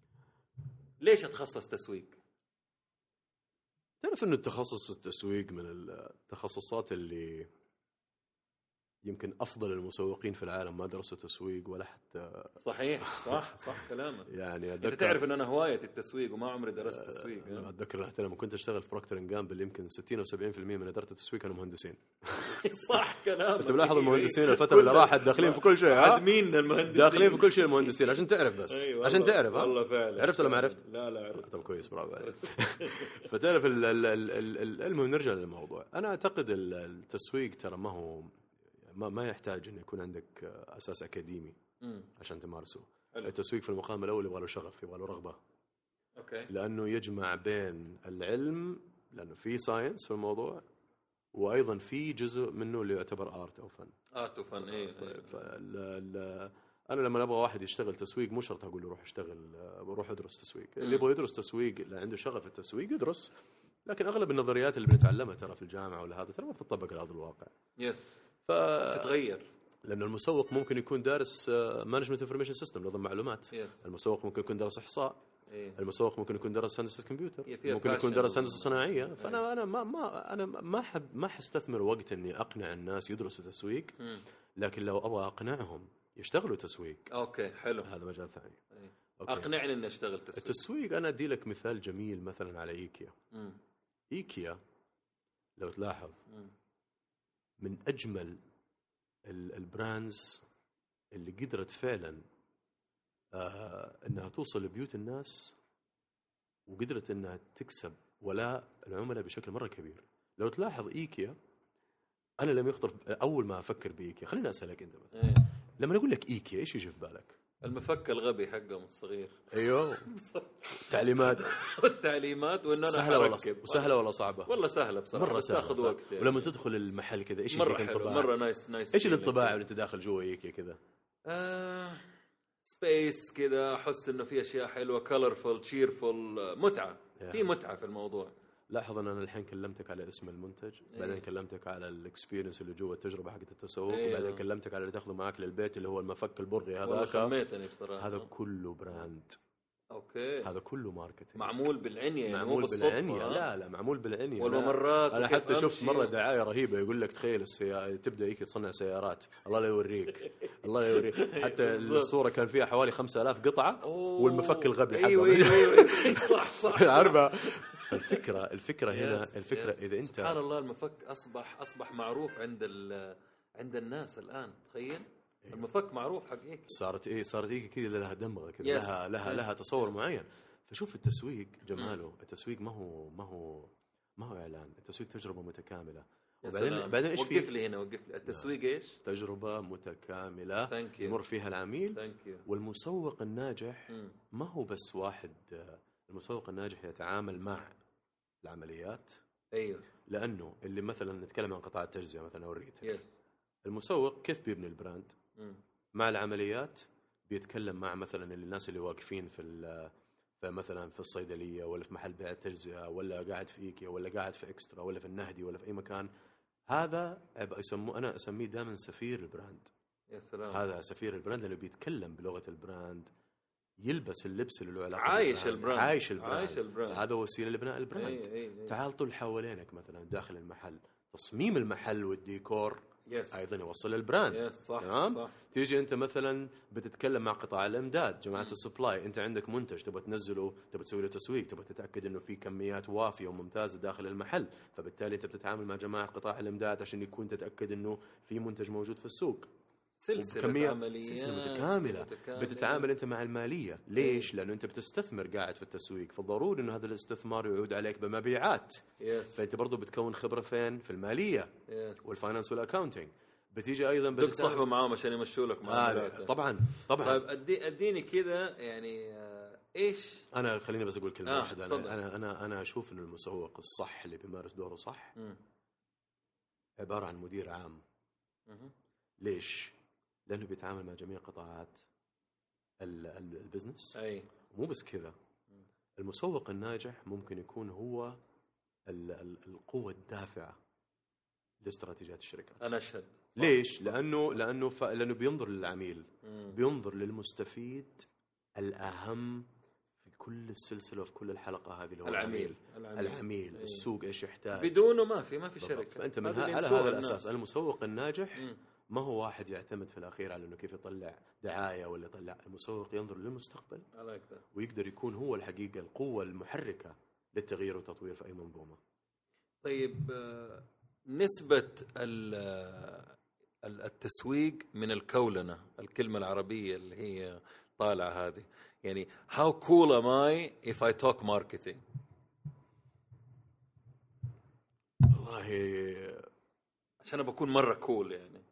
ليش اتخصص تسويق. تعرف انه التخصص التسويق من التخصصات اللي يمكن افضل المسوقين في العالم ما درسوا تسويق ولا حتى. صحيح. صح صح كلامك. يعني انت تعرف ان انا هوايه التسويق وما عمري درست تسويق. انا اتذكر حتى لما كنت اشتغل في بروكتر اند جامبل يمكن ستين أو سبعين بالمئة من اداره التسويق كانوا مهندسين. صح كلامك. انت ملاحظ المهندسين الفتره اللي راحت داخلين في كل شيء. عادمين المهندسين داخلين في كل شيء المهندسين عشان تعرف بس. أيوة عشان تعرف. والله فعلا. عرفت ولا ما عرفت؟ لا لا عرفت. طب كويس، برافو عليك. فتعرف المهم نرجع للموضوع. انا اعتقد التسويق ترى ما هو ما ما يحتاج انه يكون عندك اساس اكاديمي م. عشان تمارسه. ألو. التسويق في المقام الاول يبغى له شغف، يبغى له رغبه. اوكي. لانه يجمع بين العلم، لانه في ساينس في الموضوع، وايضا في جزء منه اللي يعتبر ارت او فن. ارت وفن. ايه. طيب. انا لما ابغى واحد يشتغل تسويق مو شرط اقول له روح اشتغل روح ادرس تسويق. اللي يبغى يدرس تسويق اللي عنده شغف التسويق يدرس، لكن اغلب النظريات اللي بنتعلمها ترى في الجامعه ولا هذا ترى ما بتطبق على ارض الواقع. يس ف تتغير، لانه المسوق ممكن يكون دارس مانجمنت انفورميشن سيستم، نظم معلومات. yes. المسوق ممكن يكون دارس احصاء. إيه. المسوق ممكن يكون درس هندسه كمبيوتر، ممكن يكون درس هندسه صناعيه. فانا انا ما ما انا ما احب ما حستثمر وقت اني اقنع الناس يدرسوا تسويق، لكن لو ابغى اقنعهم يشتغلوا تسويق اوكي حلو، هذا مجال ثاني. إيه. اقنعني اني اشتغل تسويق. التسويق انا ادي لك مثال جميل مثلا على ايكيا. مم. ايكيا لو تلاحظ مم. من اجمل البراندز اللي قدرت فعلا آه انها توصل لبيوت الناس وقدرت انها تكسب ولاء العملاء بشكل مره كبير. لو تلاحظ ايكيا، انا لما يخطر اول ما افكر بايكيا، خليني اسالك انت مثلا إيه. لما اقول لك ايكيا ايش يجي في بالك؟ المفك الغبي حقهم الصغير. ايوه تعليمات والتعليمات وان انا سهله ولا وسهله ولا صعبه؟ والله سهله بصراحه، مره سهله تاخذ وقت يعني. ولما تدخل المحل كذا ايش يديك انطباع؟ مره نايس نايس. ايش الانطباع وانت داخل جوا ايكيا كذا؟ آه سبيس كذا، احس انه في اشياء حلوه، كلرفul تشيرفul، متعه يعني. في متعه في الموضوع. لاحظ ان انا الحين كلمتك على اسم المنتج، إيه. بعدين كلمتك على الاكسبيرينس اللي جوا التجربه حقت التسوق، إيه. وبعدين كلمتك على اللي تاخذه معك للبيت اللي هو المفك البرغي هذاك. خميتني بصراحه. هذا كله براند. اوكي. هذا كله ماركتينج معمول بالعنيه يعني، معمول بالعنيه. لا لا معمول بالعنيه. والممرات. انا حتى شفت مره دعايه رهيبه يقول لك تخيل السيارة تبدا هيك تصنع سيارات، الله لا يوريك الله لا يوريك. حتى الصوره كان فيها حوالي خمسة آلاف قطعه والمفك الغبي حقه. ايوه ايوه صح صح عارفه. فالفكره الفكره هنا الفكره اذا انت سبحان الله المفك اصبح اصبح معروف عند عند الناس الان. تخيل المفك معروف حقيقي. صارت ايه صارت ايه كذا لها دمغه كذا، لها لها يس. لها تصور يس. معين. فشوف التسويق جماله. م. التسويق ما هو ما هو ما هو اعلان، التسويق تجربه متكامله. وبعدين بعدين ايش في؟ وقف لي هنا وقف لي. التسويق ايش؟ تجربه متكامله يمر فيها العميل. والمسوق الناجح م. ما هو بس واحد. المسوق الناجح يتعامل مع العمليات. ايوه. لانه اللي مثلا نتكلم عن قطاع التجزئه مثلا او الريتيل. يس. المسوق كيف بيبني البراند؟ م. مع العمليات بيتكلم مع مثلا الناس اللي واقفين في مثلا في الصيدليه ولا في محل بيع التجزئه ولا قاعد في ايكيا ولا قاعد في اكسترا ولا في النهدي ولا في اي مكان. هذا يسموه انا اسميه دائما سفير البراند. يا سلام. هذا سفير البراند لانه بيتكلم بلغه البراند، يلبس اللبس اللي له علاقه عايش البراند. عايش البراند عايش البراند. هذا وسيله لبناء البراند. أي أي أي. تعال طول حوالينك مثلا داخل المحل، تصميم المحل والديكور يس. ايضا يوصل البراند. يس صح. تمام. صح. تيجي انت مثلا بتتكلم مع قطاع الامداد جماعه السبلاي، انت عندك منتج تبغى تنزله، تبغى تسوي له تسويق، تبغى تتاكد انه في كميات وافيه وممتازه داخل المحل، فبالتالي انت بتتعامل مع جماعه قطاع الامداد عشان يكون تتاكد انه في منتج موجود في السوق. سلسلة عملية سلسلة متكاملة. متكاملة. بتتعامل أنت مع المالية. ليش؟ لأنه أنت بتستثمر قاعد في التسويق، فالضروري أنه هذا الاستثمار يعود عليك بمبيعات. yes. فأنت برضو بتكون خبرة فين؟ في المالية yes. والفاينانس والأكاونتينج. بتيجي أيضا بدك صحبة معاهم عشان يمشوا لك معاملات. آه طبعا طبعا. طيب أدي أديني كذا يعني آه إيش؟ أنا خليني بس أقول كلمة آه واحدة. أنا, أنا أنا أنا أشوف إنه المسوق الصح اللي بيمارس دوره صح م. عبارة عن مدير عام. م- ليش؟ لأنه بيتعامل مع جميع قطاعات البزنس. أي. مو بس كذا، المسوق الناجح ممكن يكون هو القوة الدافعة لاستراتيجيات الشركات. أنا أشهد. ليش؟ لأنه لأنه ف... لأنه بينظر للعميل، مم. بينظر للمستفيد الأهم في كل السلسلة وفي كل الحلقة هذه اللي هو العميل. العميل, العميل. أي. السوق إيش يحتاج. بدونه ما في ما في شركة. فأنت من ه... على هذا الأساس المسوق الناجح مم. ما هو واحد يعتمد في الأخير على إنه كيف يطلع دعاية ولا يطلع. المسوق ينظر للمستقبل ويقدر يكون هو الحقيقة القوة المحركة للتغيير والتطوير في أي منظومة. طيب نسبة التسويق من الكولنة، الكلمة العربية اللي هي طالعة هذه، يعني how cool am I if I talk marketing؟ والله عشان أنا بكون مرة كول cool يعني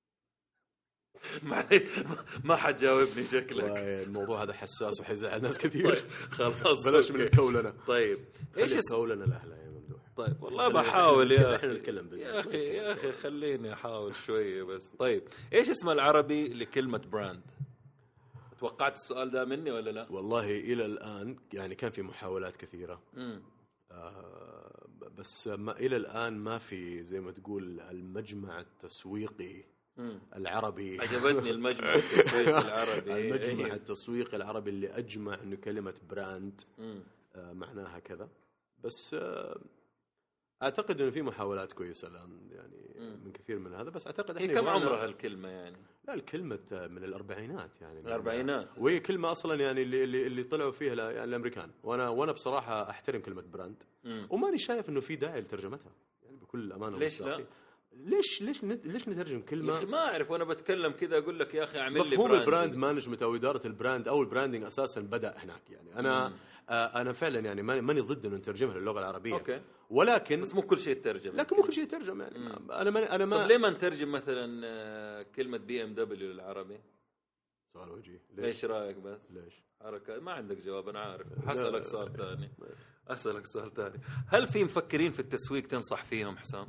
ما حجاوبني شكلك. الموضوع هذا حساس وحيزعل ناس كثير. طيب خلاص بلاش من الكولنة. طيب ايش الكولنة الأهلى يا ممدوح؟ طيب والله بحاول يا احنا نتكلم بس يا اخي يا اخي خليني احاول شويه بس. طيب ايش اسم العربي لكلمة براند؟ توقعت السؤال ده مني ولا لا؟ والله الى الان يعني كان في محاولات كثيره مم. آه بس ما الى الان ما في زي ما تقول المجمع التسويقي مم. العربي. عجبتني المجمع التسويقي العربي. المجمع التسويقي العربي اللي اجمع انه كلمه براند مم. آه معناها كذا. بس آه اعتقد انه في محاولات كويسه الان يعني مم. من كثير من هذا. بس اعتقد هي احنا كم يبغانا- عمرها الكلمة يعني؟ لا الكلمه من الاربعينات يعني من الأربعينات. وهي كلمه اصلا يعني اللي اللي, اللي طلعوا فيها لا- يعني الامريكان. وانا وانا بصراحه احترم كلمه براند مم. وماني شايف انه في داعي لترجمتها يعني بكل امانه. ليش لا؟ ومصداقية. ليش ليش نت- ليش نترجم يا كلمه؟ أخي ما أعرف، وأنا بتكلم كذا أقول لك يا أخي أعمل لي مفهوم براندنج. البراند مانجمنت او اداره البراند او البراندنج اساسا بدا هناك يعني. انا آه انا فعلا يعني ماني ماني ضد انه نترجمها للغه العربيه. أوكي. ولكن بس مو كل شيء يترجم. لكن مو كل شيء يترجم يعني. مم. انا ما انا ما طب ليه ما نترجم مثلا آه، كلمة بي ام دبليو للعربي؟ سؤال وجيه. ليش رايك بس؟ ليش؟ حركة ما عندك جواب أنا عارف. حسألك سؤال ثاني. لا. أسألك سؤال ثاني. هل في مفكرين في التسويق تنصح فيهم حسام؟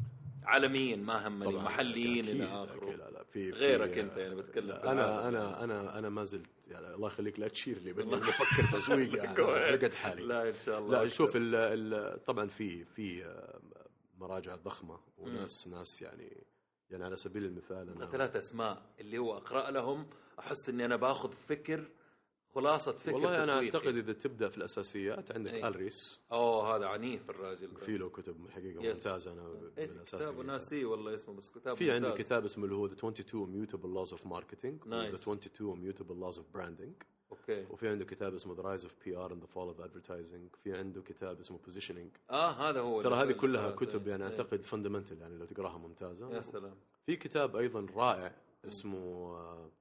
عالميا ما همني، طبعاً محليين أكيد- إلى أكيد آخره. لا لا في غيرك في أنت يعني بتكلم في لا العالم. انا انا انا انا ما زلت يعني الله يخليك لا تشير لي باني مفكر تسويق يعني لقد حالي. لا إن شاء الله. لا أكثر. شوف ال ال طبعا في في آه، مراجع ضخمه وناس ناس يعني يعني على سبيل المثال انا ثلاث أسماء اللي هو أقرأ لهم أحس إني أنا باخذ فكر، خلاصة فكر والله انا تسويقي. اعتقد اذا تبدا في الاساسيات عندك أي. الريس أوه هذا عنيف الراجل. في له كتب الحقيقه يس. ممتازه. انا إيه بالاساس كتاب ناسي والله اسمه بس كتاب في عنده ممتاز. كتاب اسمه اللي هو The twenty two Immutable Laws of Marketing و Nice. The twenty two Immutable Laws of Branding. أوكي. وفي عنده كتاب اسمه The Rise of بي آر and the Fall of Advertising. في عنده كتاب اسمه Positioning. آه هذا هو. ترى هذه اللي- كلها اللي- كتب يعني إيه. اعتقد فندمنتال يعني لو تقراها ممتازه. يا سلام. في كتاب ايضا رائع اسمه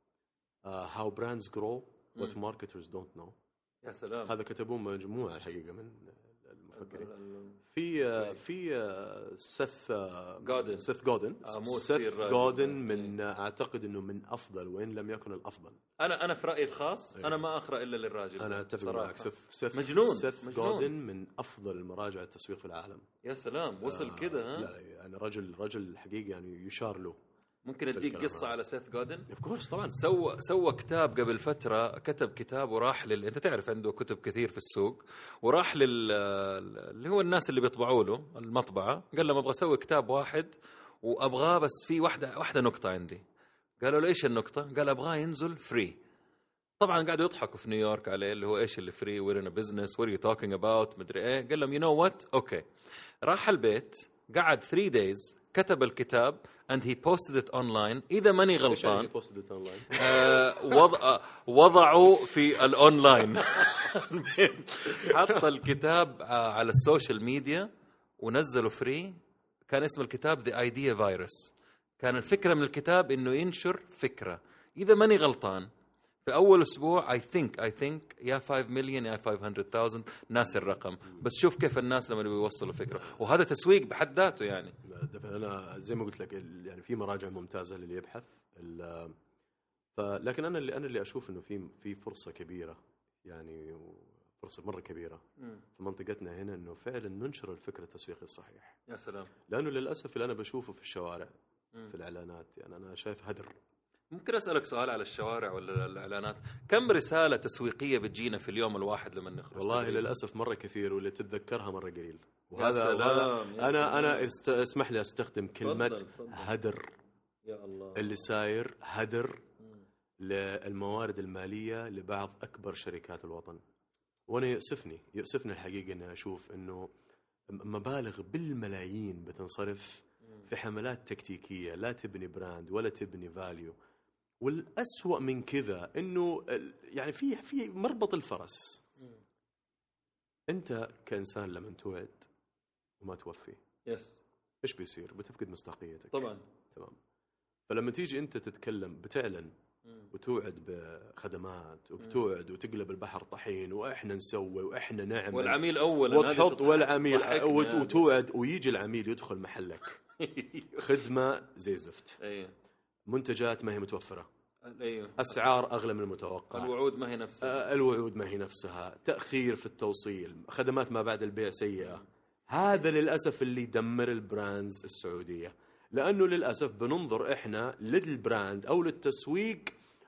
uh, uh, How Brands Grow What Marketers Don't Know. يا سلام. هذا كتبوه مجموعه الحقيقه من المفكرين. ال- ال- في uh, في uh, سيث جودن. سيث جودن آه، مو سيث كثير راجل. جودن من اعتقد انه من افضل وان لم يكن الافضل. أنا أنا في رأيي الخاص أنا ما أقرأ إلا للراجل. انا اتفق صراحة. معك. سيث سيث مجنون. سيث مجنون. جودن من افضل المراجع التسويق في العالم. يا سلام وصل كذا ها. لا يعني رجل رجل حقيقي يعني يشار له. ممكن في أديك الكلام قصة هذا. على سيث جودن. اوف كورس طبعا. سوى سوى كتاب قبل فترة، كتب كتاب وراح لل أنت تعرف عنده كتب كثير في السوق، وراح لل اللي هو الناس اللي بيطبعوا له المطبعة، قال لهم أبغى أسوي كتاب واحد وأبغاه بس في واحدة واحدة نقطة عندي. قالوا له إيش النقطة؟ قال أبغاه ينزل فري. طبعا قاعدوا يضحكوا في نيويورك عليه اللي هو إيش اللي فري وير إن بزنس وير يو توكينج أباوت مدري إيه. قال لهم يو نو وات أوكي. راح البيت قعد three days كتب الكتاب and he posted it online. إذا ماني غلطان آه وضع وضعوا في الأونلاين. حط الكتاب آه على السوشيال ميديا ونزلوا فري. كان اسم الكتاب The Idea Virus. كان الفكرة من الكتاب إنه ينشر فكرة. إذا ماني غلطان في أول أسبوع I think I think يا five million يا five hundred thousand ناس الرقم. بس شوف كيف الناس لما يوصلوا فكرة، وهذا تسويق بحد ذاته يعني. انا زي ما قلت لك يعني في مراجع ممتازه للي يبحث. فلكن انا اللي انا اللي اشوف انه في في فرصه كبيره يعني فرصه مره كبيره في منطقتنا هنا انه فعلا ننشر الفكر التسويقي الصحيح. يا سلام. لانه للاسف اللي انا بشوفه في الشوارع في الاعلانات يعني انا شايف هدر. ممكن أسألك سؤال على الشوارع ولا الإعلانات؟ كم رسالة تسويقية بتجينا في اليوم الواحد لما نخرج؟ والله تقريبا. للأسف مرة كثير واللي تتذكرها مرة قليل. وهذا وهذا سلام. أنا سلام. أنا است... اسمح لي أستخدم كلمة فضل. فضل. هدر. يا الله. اللي ساير هدر للموارد المالية لبعض أكبر شركات الوطن. وأنا يؤسفني يؤسفني الحقيقة أن أشوف أنه مبالغ بالملايين بتنصرف في حملات تكتيكية لا تبني براند ولا تبني فاليو. والأسوأ من كذا إنه يعني في في مربط الفرس. أنت كإنسان لما توعد وما توفي يس إيش بيصير؟ بتفقد مصداقيتك. طبعا. تمام. فلما تيجي أنت تتكلم بتعلن وتوعد بخدمات وبتوعد وتقلب البحر طحين وإحنا نسوي وإحنا نعمل والعميل أولا وتحط والعميل وت... وتوعد ويجي العميل يدخل محلك خدمة زي زفت. أيه. منتجات ما هي متوفرة. أيوه. أسعار أغلى من المتوقع. الوعود ما هي نفسها. الوعود ما هي نفسها. تأخير في التوصيل. خدمات ما بعد البيع سيئة. هذا للأسف اللي يدمر البراندز السعودية. لأنه للأسف بننظر إحنا للبراند أو للتسويق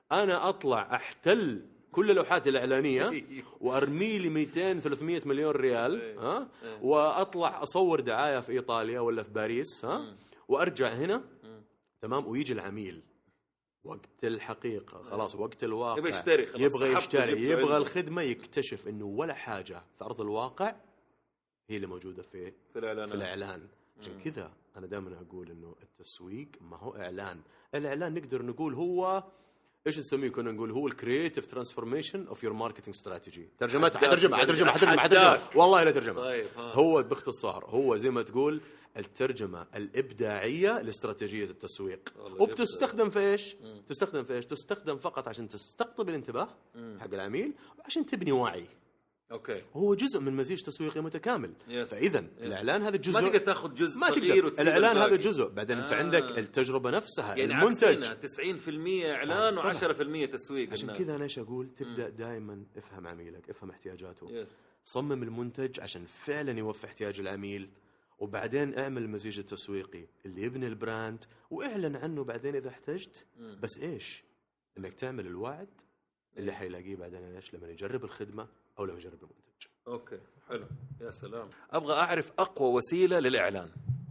انا اطلع احتل كل اللوحات الاعلانيه وارمي لي مئتين ثلاثمئة مليون ريال، ها، واطلع اصور دعايه في ايطاليا ولا في باريس، ها، وارجع هنا، تمام، ويجي العميل وقت الحقيقه خلاص، وقت الواقع يبغى يشتري، يبغى يشتري، يبغى الخدمه، يكتشف انه ولا حاجه في ارض الواقع هي اللي موجوده في في الاعلان. في الاعلان. عشان كذا انا دائما اقول انه التسويق ما هو اعلان. الاعلان نقدر نقول هو ايش نسميه، كنا نقول هو الكرييتيف ترانسفورميشن اوف يور ماركتنج استراتيجي. ترجمتها حترجمها حترجمها حترجمها حترجمها والله لا ترجمها. طيب هو باختصار هو زي ما تقول الترجمه الابداعيه لاستراتيجيه التسويق. وبتستخدم في ايش؟ مم. تستخدم في ايش؟ تستخدم فقط عشان تستقطب الانتباه مم. حق العميل، وعشان تبني وعي. اوكي، هو جزء من مزيج تسويقي متكامل. يس. فاذا يس. الاعلان هذا جزء، ما تقدر تاخذ جزء ما صغير تقدر. الاعلان هذا جزء، بعدين آه. انت عندك التجربه نفسها، يعني المنتج تسعين بالمئة اعلان آه. وعشرة بالمئة تسويق. عشان كذا انا ايش اقول، تبدا دائما افهم عميلك، افهم احتياجاته، يس. صمم المنتج عشان فعلا يوفي احتياج العميل، وبعدين اعمل المزيج التسويقي اللي يبني البراند، واعلن عنه بعدين اذا احتجت. مم. بس ايش؟ انك تعمل الوعد اللي حيلاقيه بعدين ايش لما يجرب الخدمه او لما يجرب المنتج. اوكي حلو، يا سلام. ابغى اعرف اقوى وسيله للاعلان.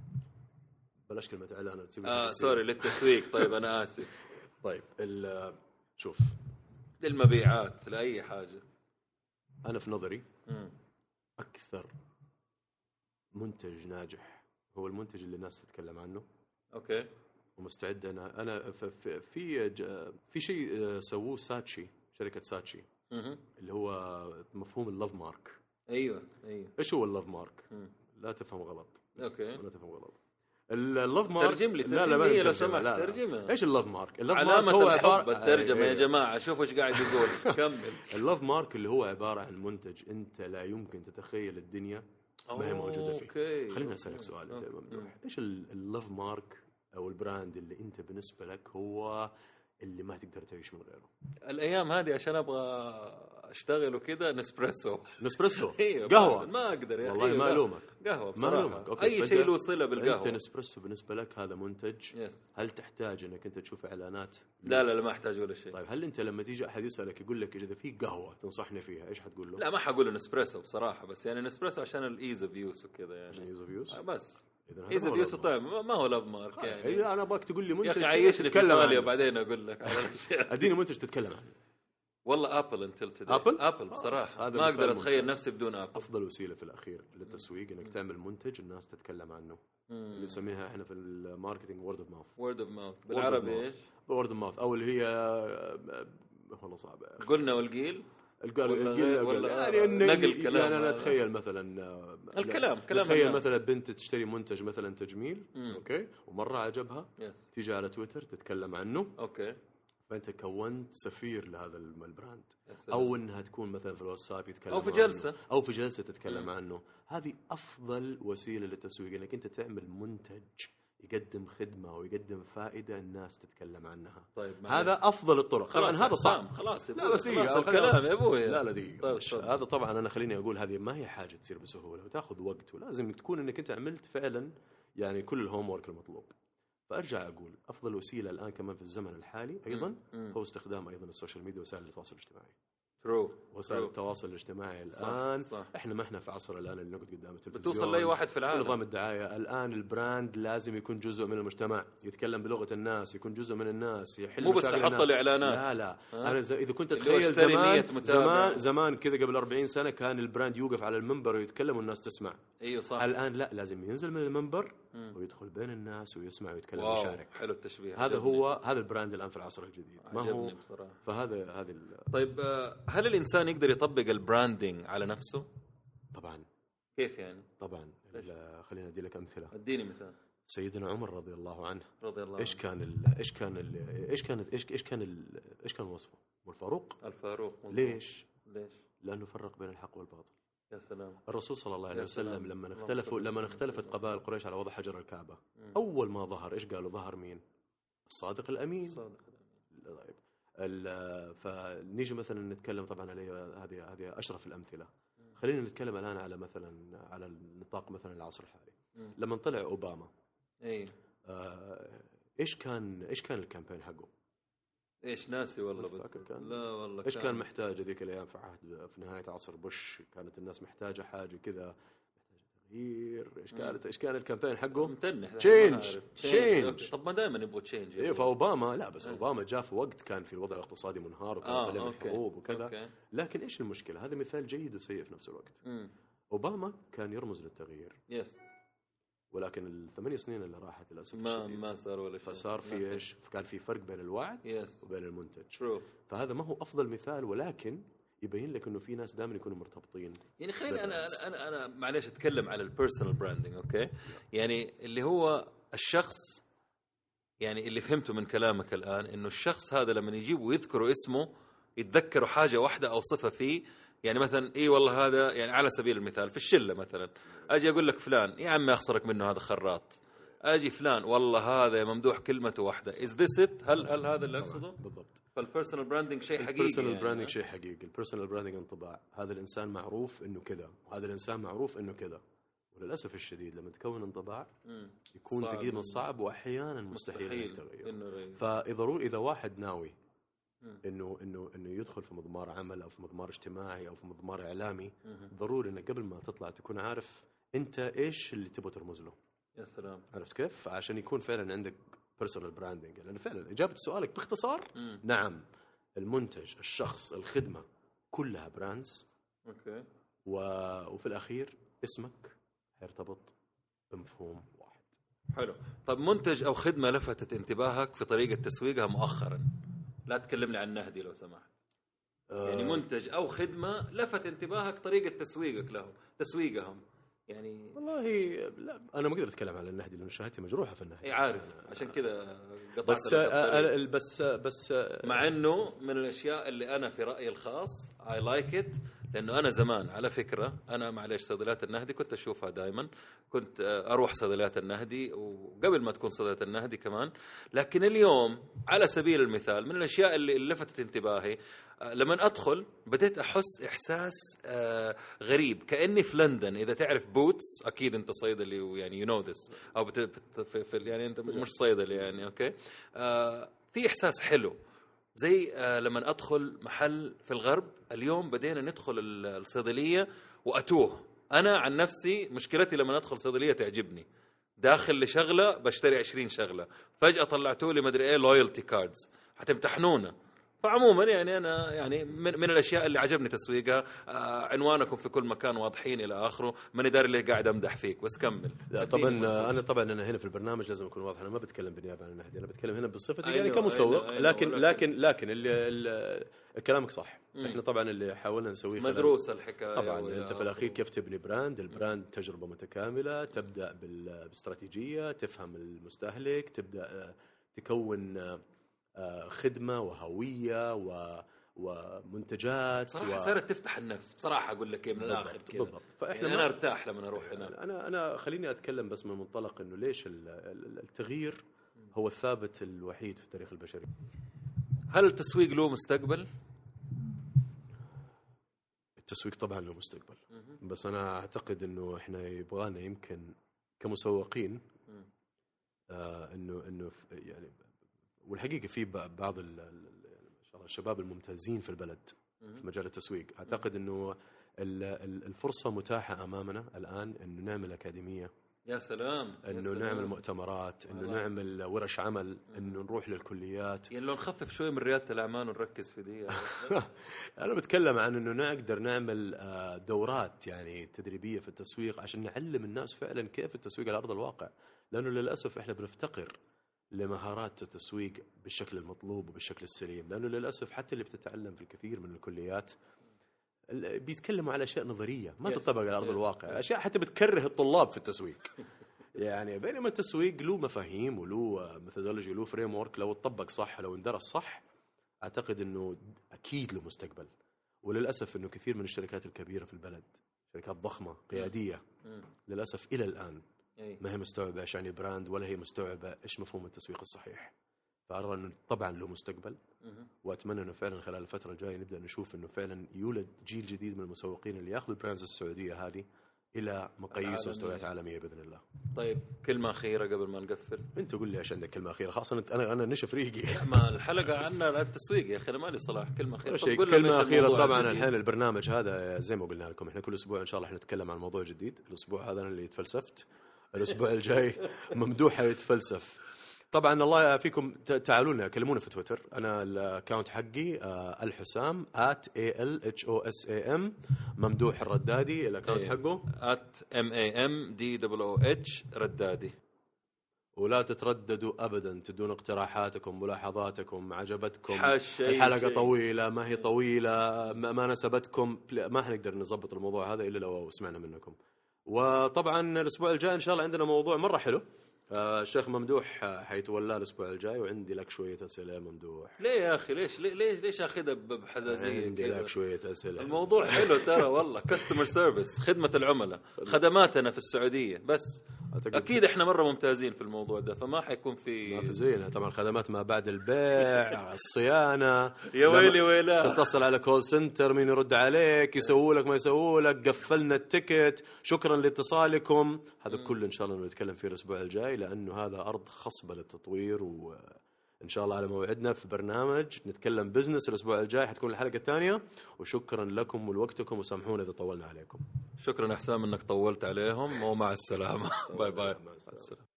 بلاش كلمه اعلان، اه سوري، للتسويق. طيب انا اسف. طيب شوف، للمبيعات، لاي حاجه. انا في نظري م. اكثر منتج ناجح هو المنتج اللي الناس تتكلم عنه. اوكي. ومستعد انا انا في في في شيء سووه ساتشي، شركه ساتشي، م- اللي هو مفهوم اللوف مارك. ايوه ايوه. ايش هو اللوف مارك؟ م. لا تفهم غلط. اوكي. لا تفهم غلط. اللوف مارك، ترجم لي، لا ترجم لي لو سمحت، ترجمه. ايش اللوف مارك؟ اللوف مارك هو عبارة الترجمه. يا جماعه شوفوا ايش قاعد يقول. كمل. اللوف مارك اللي هو عباره عن منتج انت لا يمكن تتخيل الدنيا ما هي موجوده فيه. أوكي. خليني اسالك سؤال انت يا ممدوح، ايش اللوف مارك او البراند اللي انت بالنسبه لك هو اللي ما تقدر تعيش من غيره الايام هذه؟ عشان ابغى اشتغل وكذا، نسبريسو. نسبريسو قهوه. ما اقدر يا والله ما الومك، قهوه بصراحه. اي شيء له صله بالقهوه. انت نسبريسو بالنسبه لك هذا منتج. yes. هل تحتاج انك انت تشوف اعلانات؟ لا لا لا، ما احتاج ولا شيء. طيب هل انت لما تيجي احد يسالك يقول لك اذا في قهوه تنصحني فيها، ايش حتقول له؟ لا ما حقول له نسبريسو بصراحه، بس يعني نسبريسو عشان الايز اوف يوز وكذا يعني. عشان ايز اوف يوز بس ايز اوف يوز طعم، ما هو لاف مارك يعني. هي انا ابغاك تقول لي منتج يا اخي عيشني في ايطاليا وبعدين اقول لك على الاشياء. اديني منتج تتكلم عنه. والله ابل انتل تدي. ابل ابل بصراحه ما اقدر اتخيل نفسي بدون ابل. افضل وسيله في الاخير للتسويق انك تعمل منتج الناس تتكلم عنه. مم. اللي نسميها احنا في الماركتينج وورد اوف ماوث. وورد اوف ماوث بالعربي ايش؟ وورد اوف ماوث، او اللي هي والله صعبه. قلنا والقيل القيل يعني نقل كلام. يعني انا اتخيل مثلا الكلام كلام تخيل مثلا بنت تشتري منتج مثلا تجميل. مم. اوكي، ومره عجبها. يس. تيجي على تويتر تتكلم عنه. اوكي، فانت كونت سفير لهذا البراند. او انها تكون مثلا في الواتساب يتكلم او في جلسه عنه. او في جلسه تتكلم مم. عنه. هذه افضل وسيله للتسويق، انك انت تعمل منتج يقدم خدمه ويقدم فائده الناس تتكلم عنها. طيب هذا افضل الطرق. طبعا هذا صعب. خلاص لا بس خلاص الكلام يا ابوي. لا لا دقيقه. طيب هذا طبعا انا خليني اقول هذه ما هي حاجه تصير بسهوله وتاخذ وقت، ولازم تكون انك انت عملت فعلا يعني كل الهوم ورك المطلوب. فارجع اقول افضل وسيله الان كمان في الزمن الحالي ايضا مم. هو استخدام ايضا السوشيال ميديا وسائل التواصل الاجتماعي. ترو وسائل التواصل الاجتماعي الان صح. صح. احنا ما احنا في عصر الان اللي نقعد قدام التلفزيون بتوصل لاي واحد في العالم. نظام الدعايه الان البراند لازم يكون جزء من المجتمع، يتكلم بلغه الناس، يكون جزء من الناس، يحل مو بس يحط الاعلانات. لا لا ها؟ انا ز... اذا كنت تتخيل زمان زمان زمان كذا قبل أربعين سنه كان البراند يوقف على المنبر ويتكلم والناس تسمع. ايوه صح. الان لا، لازم ينزل من المنبر مم. ويدخل بين الناس ويسمع ويتكلم ويشارك. حلو التشبيه. هذا عجبني. هو هذا البراند الان في العصر الجديد. ما هو بصراحة. فهذا هذه ال... طيب هل الانسان يقدر يطبق البراندنج على نفسه؟ طبعا. كيف يعني؟ طبعا. خلينا ادي لك امثله. اديني مثال. سيدنا عمر رضي الله عنه رضي الله ايش كان ال... ايش كان ال... ايش كانت ايش ايش كان ال... ايش كان وصفه؟ الفاروق. الفاروق مضبوط. ليش؟ ليش؟ لانه فرق بين الحق والباطل. يا سلام. الرسول صلى الله عليه وسلم لما اختلفوا لما اختلفت قبائل قريش على وضع حجر الكعبه مم. اول ما ظهر ايش قالوا؟ ظهر مين؟ الصادق الامين. الصادق الامين. طيب فنيجي مثلا نتكلم طبعا عليه، هذه هذه اشرف الامثله. مم. خلينا نتكلم الان على مثلا على النطاق مثلا العصر الحالي. مم. لما طلع اوباما اي آه ايش كان ايش كان الكامبين حقه؟ ايش ناسي والله، بس كان لا والله ايش كان, كان محتاج هذيك الايام في عهد في نهايه عصر بوش، كانت الناس محتاجه حاجه كذا، تغيير. ايش كانت ايش كان الكامبين حقه؟ متنح تشينج تشينج. طب ما دائما يبغوا تشينج. ايه فاوباما لا بس اوباما جاء في وقت كان في الوضع الاقتصادي منهار وكان آه طلع من الحروب وكذا أوكي. لكن ايش المشكله؟ هذا مثال جيد وسيء في نفس الوقت. مم. اوباما كان يرمز للتغيير يس، ولكن الثمانية سنين اللي راحت للاسف ما ما صار ولا شيء، فصار في ايش؟ كان في فرق بين الوعد يس. وبين المنتج. True. فهذا ما هو افضل مثال، ولكن يبين لك انه في ناس دائما يكونوا مرتبطين. يعني خليني انا انا انا, أنا معليش اتكلم على البيرسونال براندنج. اوكي، يعني اللي هو الشخص، يعني اللي فهمته من كلامك الان انه الشخص هذا لما يجيبوا ويذكروا اسمه يتذكروا حاجه واحده او صفه فيه. يعني مثلا اي والله هذا، يعني على سبيل المثال في الشله مثلا اجي اقول لك فلان يا عمي اخسرك منه هذا خراط، اجي فلان والله هذا ممدوح كلمته واحده. از ذس ات؟ هل هل هذا اللي اقصده بالضبط؟ فالبيرسونال براندنج شيء حقيقي. البيرسونال يعني براندنج شيء حقيقي. البيرسونال براندنج انطباع، هذا الانسان معروف انه كذا وهذا الانسان معروف انه كذا. وللاسف الشديد لما تكون انطباع يكون تقريبا صعب واحيانا مستحيل, مستحيل التغيير. فاذا اذا واحد ناوي انه انه انه يدخل في مضمار عمل او في مضمار اجتماعي او في مضمار اعلامي، ضروري انك قبل ما تطلع تكون عارف انت ايش اللي تبغى ترمز له. يا سلام، عرفت كيف؟ عشان يكون فعلا عندك بيرسونال براندنج. لأن فعلا إجابة سؤالك باختصار مم. نعم، المنتج، الشخص، الخدمة كلها براندز. أوكي. و... وفي الأخير اسمك يرتبط بمفهوم واحد. حلو. طب منتج أو خدمة لفتت انتباهك في طريقة تسويقها مؤخرا؟ لا تكلمني عن نهدي لو سمحت. آه. يعني منتج أو خدمة لفت انتباهك طريقة تسويقك له، تسويقهم يعني. والله لا انا ما اقدر اتكلم على النهدي لان شهادتي مجروحه في النهدي. اي عارف، عشان كذا قطعت. بس آه بس بس مع انه من الاشياء اللي انا في رايي الخاص اي لايك ات، لانه انا زمان على فكره انا معليش صيدليات النهدي كنت اشوفها دائما، كنت اروح صيدليات النهدي وقبل ما تكون صيدليات النهدي كمان. لكن اليوم على سبيل المثال من الاشياء اللي لفتت انتباهي لما أدخل بديت أحس إحساس آه غريب كأني في لندن. إذا تعرف بوتس أكيد أنت صيدلي ويعني you know this أو بت في في يعني أنت مش صيدلي يعني أوكي. آه في إحساس حلو زي آه لما أدخل محل في الغرب. اليوم بدينا ندخل الصيدلية وأتوه. أنا عن نفسي مشكلتي لما أدخل صيدلية تعجبني داخل لشغلة بشتري عشرين شغلة، فجأة طلعتوا لي مدري إيه لويالتي كاردز هتمتحنونا. فعموما يعني أنا يعني من, من الأشياء اللي عجبني تسويقها آه عنوانكم في كل مكان واضحين إلى آخره. ماني داري اللي قاعد أمدح فيك بس كمل. لا طبعا أنا طبعا أنا هنا في البرنامج لازم أكون واضح. أنا ما بتكلم بالنيابة عن النهدي، أنا بتكلم هنا بصفتي يعني كمسوق. لكن لكن لكن اللي كلامك صح. مم. إحنا طبعا اللي حاولنا نسويه مدروسة الحكاية طبعا. أنت في الأخير كيف تبني براند. البراند تجربة متكاملة، تبدأ بالاستراتيجية، تفهم المستهلك، تبدأ تكون خدمة وهوية و... ومنتجات. صراحة و... صارت تفتح النفس بصراحة أقول لك من الآخر كذا. بالضبط. فإحنا يعني أنا أرتاح لما أروح هنا. أنا أنا خليني أتكلم بس من منطلق إنه ليش التغيير هو الثابت الوحيد في التاريخ البشري. هل التسويق له مستقبل؟ التسويق طبعا له مستقبل، بس أنا أعتقد إنه إحنا يبغانا يمكن كمسوقين آه إنه إنه يعني، والحقيقة في بعض الشباب الممتازين في البلد في مجال التسويق. أعتقد أنه الفرصة متاحة أمامنا الآن أنه نعمل أكاديمية. يا سلام. أنه يا سلام. نعمل مؤتمرات، أنه نعمل ورش عمل، أنه نروح للكليات. يعني لو نخفف شوي من ريادة الأعمال ونركز في دي. أنا بتكلم عن أنه نقدر نعمل دورات يعني تدريبية في التسويق عشان نعلم الناس فعلا كيف التسويق على أرض الواقع. لأنه للأسف إحنا بنفتقر لمهارات التسويق بالشكل المطلوب وبالشكل السليم. لأنه للأسف حتى اللي بتتعلم في الكثير من الكليات بيتكلموا على أشياء نظرية ما تطبق على أرض الواقع، أشياء حتى بتكره الطلاب في التسويق. يعني بينما التسويق له مفاهيم وله ميثودولوجي وله فريم ورك، لو تطبق صح لو اندرس صح أعتقد أنه أكيد له مستقبل. وللأسف أنه كثير من الشركات الكبيرة في البلد، شركات ضخمة قيادية، للأسف إلى الآن ما هي مستوعبة إيش يعني براند، ولا هي مستوعبة إيش مفهوم التسويق الصحيح. فأرى أنه طبعا له مستقبل، وأتمنى أنه فعلا خلال الفترة الجاية نبدأ نشوف أنه فعلا يولد جيل جديد من المسوقين اللي يأخذوا البراندز السعودية هذه الى مقاييس ومستويات عالميه باذن الله. طيب كلمه اخيره قبل ما نقفل. انت قول لي ايش عندك كلمه اخيره، خاصه انا انا نشف ريقي. ما الحلقه عنا التسويق يا اخي، انا مالي صلاح. كلمه اخيره. شيء كلمه اخيره طبعا. الحين البرنامج هذا زي ما قلنا لكم احنا كل اسبوع ان شاء الله حنتكلم عن موضوع جديد. الاسبوع هذا انا اللي تفلسفت، الاسبوع الجاي ممدوح يتفلسف. طبعا الله يعافيكم، تعالوا لنا كلمونا في تويتر. انا الاكونت حقي الحسام at a l h o s a m. ممدوح الردادي الاكونت حقه at m a m d o o h ردادي. ولا تترددوا ابدا، تدون اقتراحاتكم، ملاحظاتكم، عجبتكم الحلقه شيء. طويله ما هي طويله، ما, ما نسبتكم، ما حنقدر نضبط الموضوع هذا الا لو سمعنا منكم. وطبعا الاسبوع الجاي ان شاء الله عندنا موضوع مره حلو. آه الشيخ ممدوح حيتولى الاسبوع الجاي، وعندي لك شويه اسئله ممدوح. ليه يا اخي؟ ليش ليش ليش اخذها بحزازيه؟ عندي لك شويه اسئله. الموضوع حلو ترى والله. كاستمر سيرفيس، خدمه العملاء، خدماتنا في السعوديه بس. اكيد احنا مره ممتازين في الموضوع ده، فما حيكون في ما في زينا طبعا. خدمات ما بعد البيع، الصيانه، يا ويلي ويلا، تتصل على كول سنتر، مين يرد عليك، يسووا لك ما يسووا لك، قفلنا التيكت، شكرا لاتصالكم. هذا كله ان شاء الله نتكلم فيه الاسبوع الجاي، لانه هذا ارض خصبه للتطوير. وان شاء الله على موعدنا في برنامج نتكلم بزنس الاسبوع الجاي، حتكون الحلقه الثانيه. وشكرا لكم ولوقتكم، وسامحونا اذا طولنا عليكم. شكرا حسام انك طولت عليهم، ومع السلامه. باي باي.